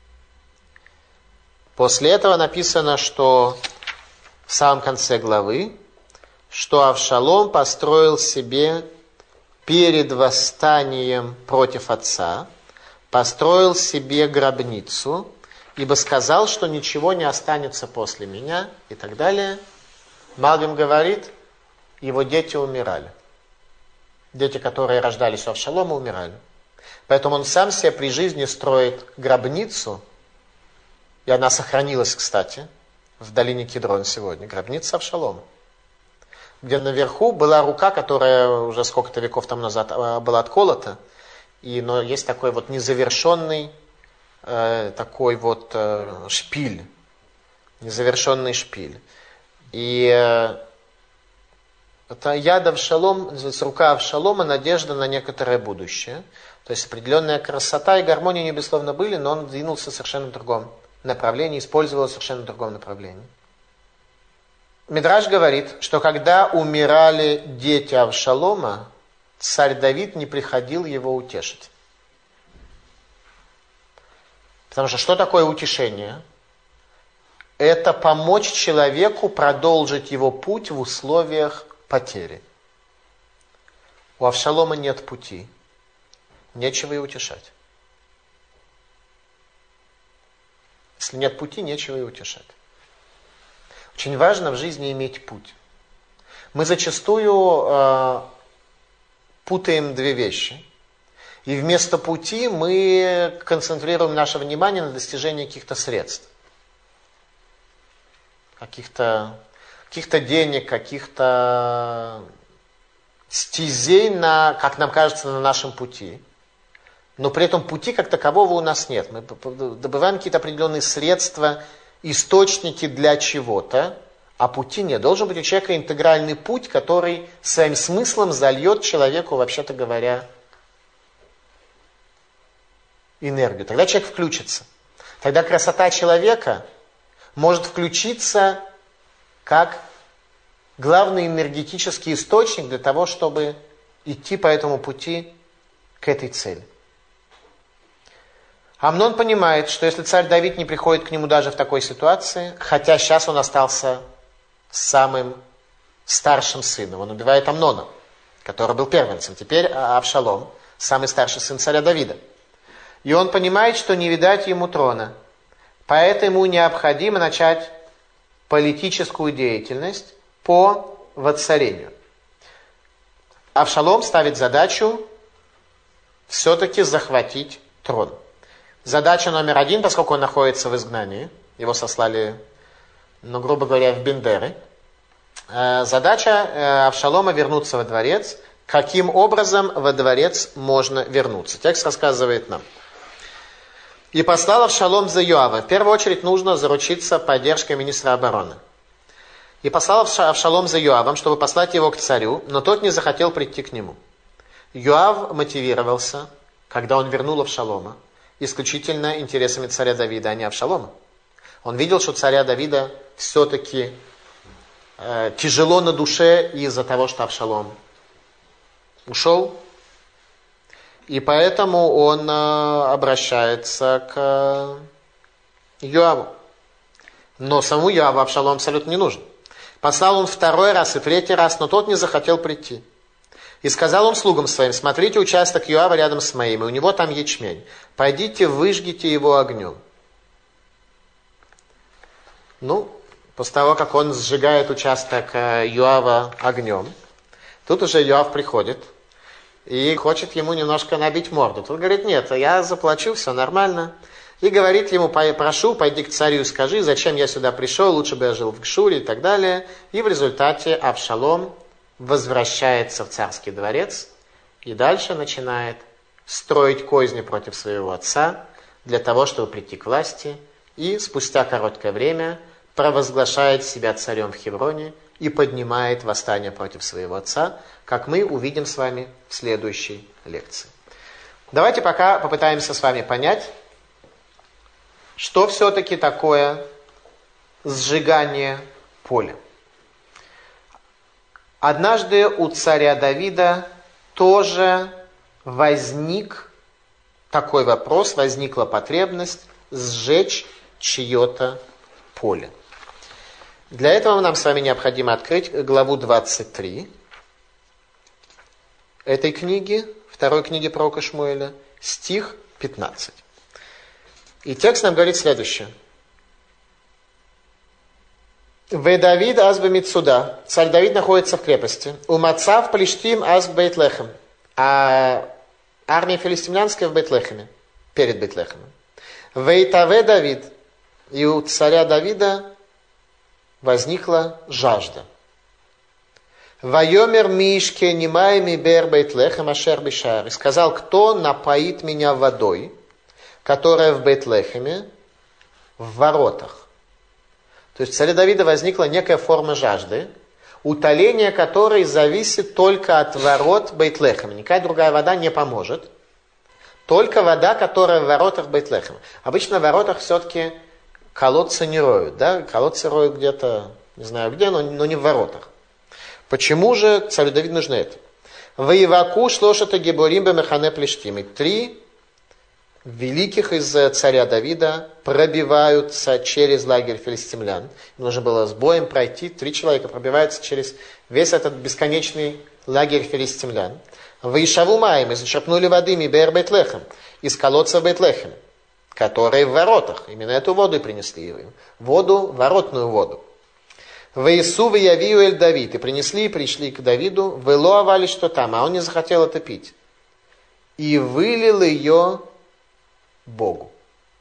После этого написано, что в самом конце главы, что Авшалом построил себе перед восстанием против отца, построил себе гробницу, ибо сказал, что ничего не останется после меня, и так далее. Малбим говорит, его дети умирали. Дети, которые рождались у Авшалома, умирали. Поэтому он сам себе при жизни строит гробницу, и она сохранилась, кстати, в долине Кедрон сегодня, гробница Авшалома, где наверху была рука, которая уже сколько-то веков тому назад была отколота, но есть такой вот незавершенный такой вот шпиль, незавершенный шпиль. И это яд Авшалом, называется рука Авшалома, надежда на некоторое будущее. То есть определенная красота и гармония не безусловно были, но он двинулся в совершенно другом направлении, использовал в совершенно другом направлении. Мидраш говорит, что когда умирали дети Авшалома, царь Давид не приходил его утешить. Потому что такое утешение? Это помочь человеку продолжить его путь в условиях потери. У Авшалома нет пути. Нечего и утешать. Если нет пути, нечего и утешать. Очень важно в жизни иметь путь. Мы зачастую путаем 2 вещи. И вместо пути мы концентрируем наше внимание на достижении каких-то средств. Каких-то денег, каких-то стезей, как нам кажется, на нашем пути. Но при этом пути как такового у нас нет. Мы добываем какие-то определенные средства, источники для чего-то, а пути нет. Должен быть у человека интегральный путь, который своим смыслом зальет человеку, вообще-то говоря, энергию. Тогда человек включится. Тогда красота человека может включиться как главный энергетический источник для того, чтобы идти по этому пути к этой цели. Амнон понимает, что если царь Давид не приходит к нему даже в такой ситуации, хотя сейчас он остался самым старшим сыном, он убивает Амнона, который был первенцем, теперь Авшалом, самый старший сын царя Давида. И он понимает, что не видать ему трона, поэтому необходимо начать политическую деятельность по воцарению. Авшалом ставит задачу все-таки захватить трон. Задача номер 1, поскольку он находится в изгнании, его сослали, грубо говоря, в Бендеры. Задача Авшалома вернуться во дворец. Каким образом во дворец можно вернуться? Текст рассказывает нам. И послал Авшалом за Йоава. В первую очередь нужно заручиться поддержкой министра обороны. И послал Авшалом за Йоавом, чтобы послать его к царю, но тот не захотел прийти к нему. Йоав мотивировался, когда он вернул Авшалома, исключительно интересами царя Давида, а не Авшалома. Он видел, что царя Давида все-таки тяжело на душе из-за того, что Авшалом ушел. И поэтому он обращается к Йоаву. Но самому Йоаву Авшалом абсолютно не нужен. Послал он второй раз и третий раз, но тот не захотел прийти. И сказал он слугам своим: смотрите участок Йоава рядом с моим, и у него там ячмень. Пойдите, выжгите его огнем. После того, как он сжигает участок Йоава огнем, тут уже Йоав приходит и хочет ему немножко набить морду. Тут говорит: нет, я заплачу, все нормально. И говорит ему: прошу, пойди к царю и скажи, зачем я сюда пришел, лучше бы я жил в Гшуре и так далее. И в результате Авшалом возвращается в царский дворец и дальше начинает строить козни против своего отца для того, чтобы прийти к власти, и спустя короткое время провозглашает себя царем в Хевроне и поднимает восстание против своего отца, как мы увидим с вами в следующей лекции. Давайте пока попытаемся с вами понять, что все-таки такое сжигание поля. Однажды у царя Давида тоже возник такой вопрос, возникла потребность сжечь чье-то поле. Для этого нам с вами необходимо открыть главу 23 этой книги, второй книги пророка Шмуэля, стих 15. И текст нам говорит следующее. «Ве Давид аз бемитсуда». Царь Давид находится в крепости. «У мацав плештим аз бейтлехем». А армия филистимлянская в Бейтлехеме, перед Бейтлехемом. «Вейтаве Давид». И у царя Давида возникла жажда. «Вайомер мишке нимай мибер Бейтлехем ашер бишар». И сказал: кто напоит меня водой, которая в Бейтлехеме, в воротах. То есть у царя Давида возникла некая форма жажды, утоление которой зависит только от ворот Бейтлехема. Никакая другая вода не поможет. Только вода, которая в воротах Бейтлехема. Обычно в воротах все-таки колодцы не роют. Да? Колодцы роют где-то, не знаю где, но не в воротах. Почему же царю Давиду нужно это? «Воеваку шлошата геборим бемехане плештим». И 3 великих из царя Давида пробиваются через лагерь филистимлян. Им нужно было с боем пройти. 3 человека пробиваются через весь этот бесконечный лагерь филистимлян. «Ваишаву маем» и зачерпнули воды мибер Бейтлехем, из колодца Бейтлехем, которые в воротах. Именно эту воду и принесли им. Воду, воротную воду. «Ваису ваявию эль Давид». И принесли, и пришли к Давиду. «Вело авали что там», а он не захотел это пить. «И вылил ее Богу».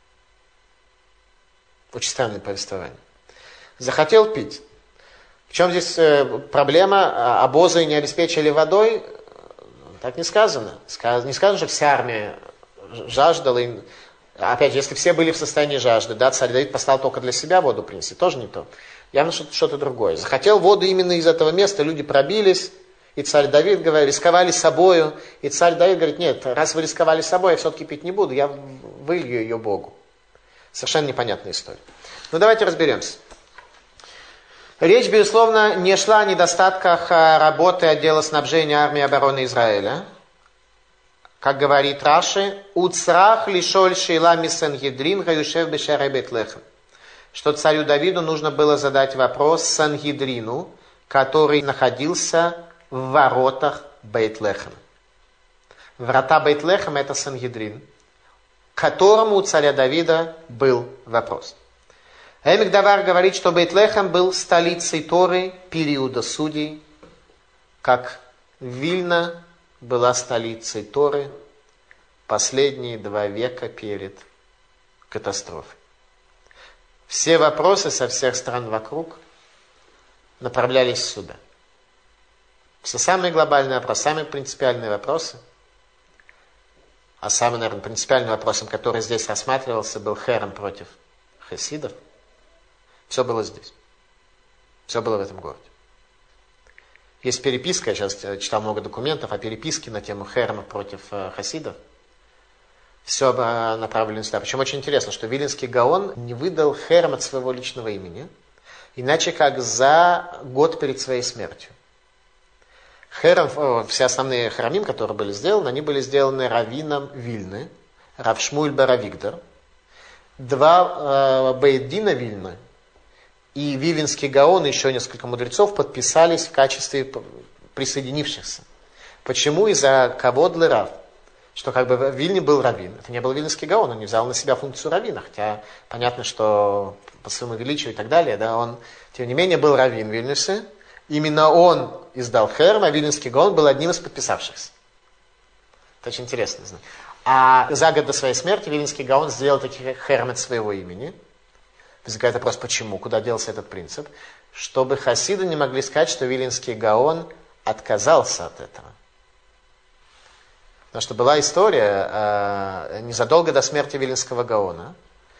Очень странное повествование. Захотел пить. В чем здесь проблема? Обозы не обеспечили водой? Так не сказано. Не сказано, что вся армия жаждала. Опять же, если все были в состоянии жажды, да, царь Давид послал только для себя воду принести, тоже не то. Явно что-то другое. Захотел воду именно из этого места, люди пробились, и царь Давид, говорит, рисковали собою, и царь Давид говорит: нет, раз вы рисковали собой, я все-таки пить не буду, я вылью ее Богу. Совершенно непонятная история. Ну давайте разберемся. Речь, безусловно, не шла о недостатках работы отдела снабжения армии обороны Израиля. Как говорит Раши, «Уцрах лишоль шейла мисангедрин гаюшев бешаре Бейтлехем». Что царю Давиду нужно было задать вопрос Сангедрину, который находился в воротах Бейтлехема. Врата Бейтлехема — это Сангедрин, к которому у царя Давида был вопрос. Эмик Давар говорит, что Бейтлехем был столицей Торы периода судей, как Вильна была столицей Торы последние 2 века перед катастрофой. Все вопросы со всех стран вокруг направлялись сюда. Все самые глобальные вопросы, самые принципиальные вопросы, а самым, наверное, принципиальным вопросом, который здесь рассматривался, был херем против хасидов. Все было здесь. Все было в этом городе. Есть переписка, я сейчас читал много документов о переписке на тему херема против хасидов. все направлено сюда. Причем очень интересно, что Виленский Гаон не выдал Херем от своего личного имени, иначе как за год перед своей смертью. Херем, все основные храмим, которые были сделаны, они были сделаны раввином Вильны, Рав Шмуэль бен Авигдор. Два бейт-дина Вильны и Виленский Гаон и еще несколько мудрецов подписались в качестве присоединившихся. Почему? Из-за кавод ле-рав. Что как бы в Вильне был раввин. Это не был Виленский Гаон, он не взял на себя функцию раввина. Хотя понятно, что по своему величию и так далее, да, он, тем не менее, был раввин в Вильнюсе. Именно он издал Херем, а Виленский Гаон был одним из подписавшихся. Это очень интересно знать. А за год до своей смерти Виленский Гаон сделал такие Херем от своего имени. Возникает вопрос, почему, куда делся этот принцип? Чтобы хасиды не могли сказать, что Виленский Гаон отказался от этого. Потому что была история незадолго до смерти Виленского Гаона.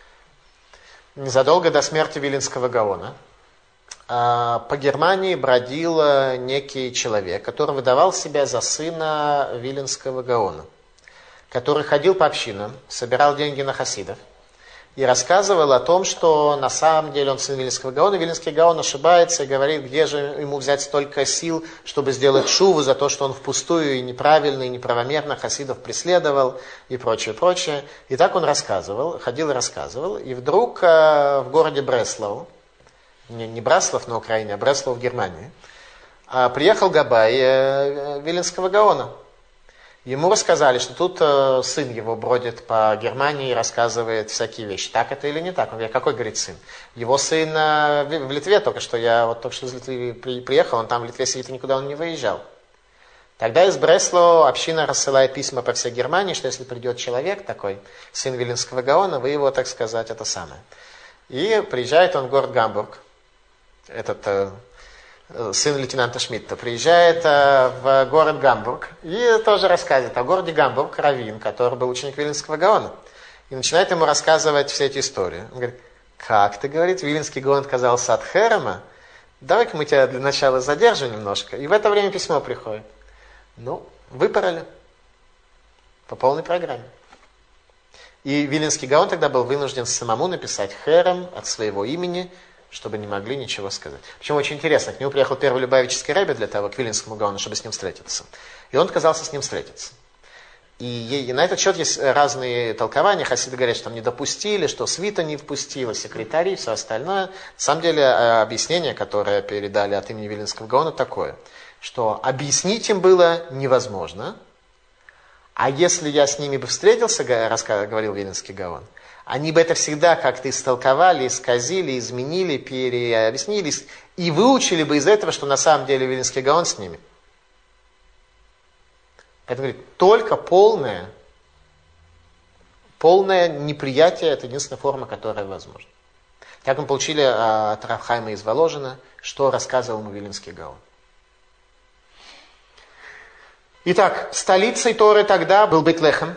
По Германии бродил некий человек, который выдавал себя за сына Виленского Гаона, который ходил по общинам, собирал деньги на хасидов и рассказывал о том, что на самом деле он сын Виленского Гаона. Виленский Гаон ошибается и говорит, где же ему взять столько сил, чтобы сделать шуву за то, что он впустую и неправильно, и неправомерно хасидов преследовал и прочее, прочее. И так он рассказывал, ходил и рассказывал. И вдруг в городе Бреслау, не Браслав на Украине, а Бреслау в Германии, приехал габай Виленского Гаона. Ему рассказали, что тут сын его бродит по Германии и рассказывает всякие вещи. Так это или не так? Он говорит, какой, говорит, сын? Его сын в Литве только что, я вот только что из Литвы приехал, он там в Литве сидит и никуда он не выезжал. Тогда из Бреслау община рассылает письма по всей Германии, что если придет человек такой, сын Виленского Гаона, вы его, так сказать, это самое. И приезжает он в город Гамбург, этот сын лейтенанта Шмидта, приезжает в город Гамбург и тоже рассказывает о городе Гамбург, раввин, который был ученик Виленского Гаона. И начинает ему рассказывать все эти истории. Он говорит, как ты, говорит, Виленский Гаон отказался от Херема? Давай-ка мы тебя для начала задержим немножко. И в это время письмо приходит. Ну, выпороли по полной программе. И Виленский Гаон тогда был вынужден самому написать Херем от своего имени, чтобы не могли ничего сказать. Причем очень интересно, к нему приехал первый Любавический ребе для того, к Виленскому Гаону, чтобы с ним встретиться. И он отказался с ним встретиться. И на этот счет есть разные толкования. Хасиды говорят, что там не допустили, что свита не впустила, секретари, все остальное. На самом деле объяснение, которое передали от имени Виленского Гаона, такое, что объяснить им было невозможно. А если я с ними бы встретился, говорил Виленский Гаон, они бы это всегда как-то истолковали, исказили, изменили, переобъяснились и выучили бы из этого, что на самом деле Виленский Гаон с ними. Это говорит, только полное неприятие – это единственная форма, которая возможна. Так мы получили от Рав Хайма из Воложина, что рассказывал ему Виленский Гаон. Итак, столицей Торы тогда был Бейт-Лехем.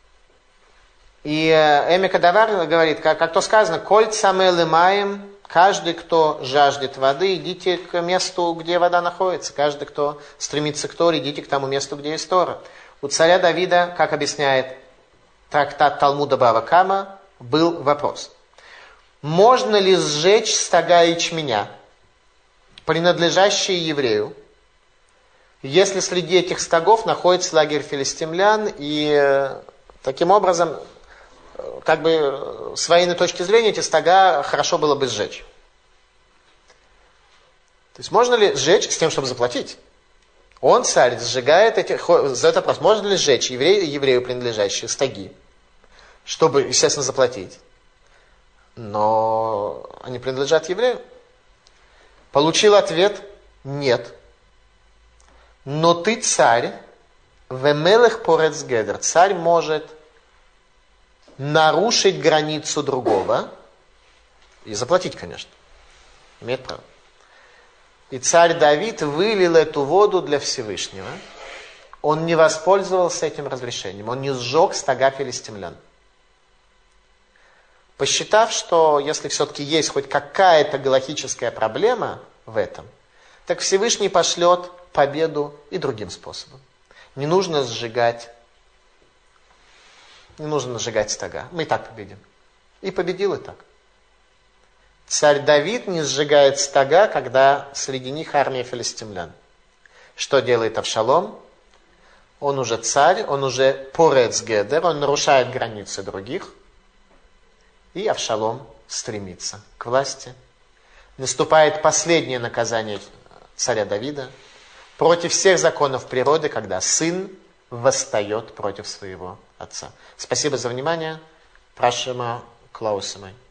И Эмек Адавар говорит, как то сказано, «Коль цамэ лэмаем», каждый, кто жаждет воды, идите к месту, где вода находится. Каждый, кто стремится к Торе, идите к тому месту, где есть Тора. У царя Давида, как объясняет трактат Талмуда Бава Кама, был вопрос. Можно ли сжечь стога ячменя, принадлежащие еврею, если среди этих стогов находится лагерь филистимлян, и таким образом, как бы с военной точки зрения, эти стога хорошо было бы сжечь. То есть можно ли сжечь с тем, чтобы заплатить? Он, царь, сжигает задает вопрос, можно ли сжечь еврею принадлежащие стоги, чтобы, естественно, заплатить. Но они принадлежат еврею. Получил ответ, нет. Но ты царь, вемелех порец гедер, царь может нарушить границу другого и заплатить, конечно. Имеет право. И царь Давид вылил эту воду для Всевышнего. Он не воспользовался этим разрешением. Он не сжег стога филистимлян. Посчитав, что если все-таки есть хоть какая-то галахическая проблема в этом, так Всевышний пошлет победу и другим способом. Не нужно сжигать Не нужно сжигать стога. Мы и так победим. И победил и так. Царь Давид не сжигает стога, когда среди них армия филистимлян. Что делает Авшалом? Он уже царь, он уже порец гедер, он нарушает границы других. И Авшалом стремится к власти. Наступает последнее наказание царя Давида против всех законов природы, когда сын восстает против своего отца. Спасибо за внимание. Прошимо Клаусимой.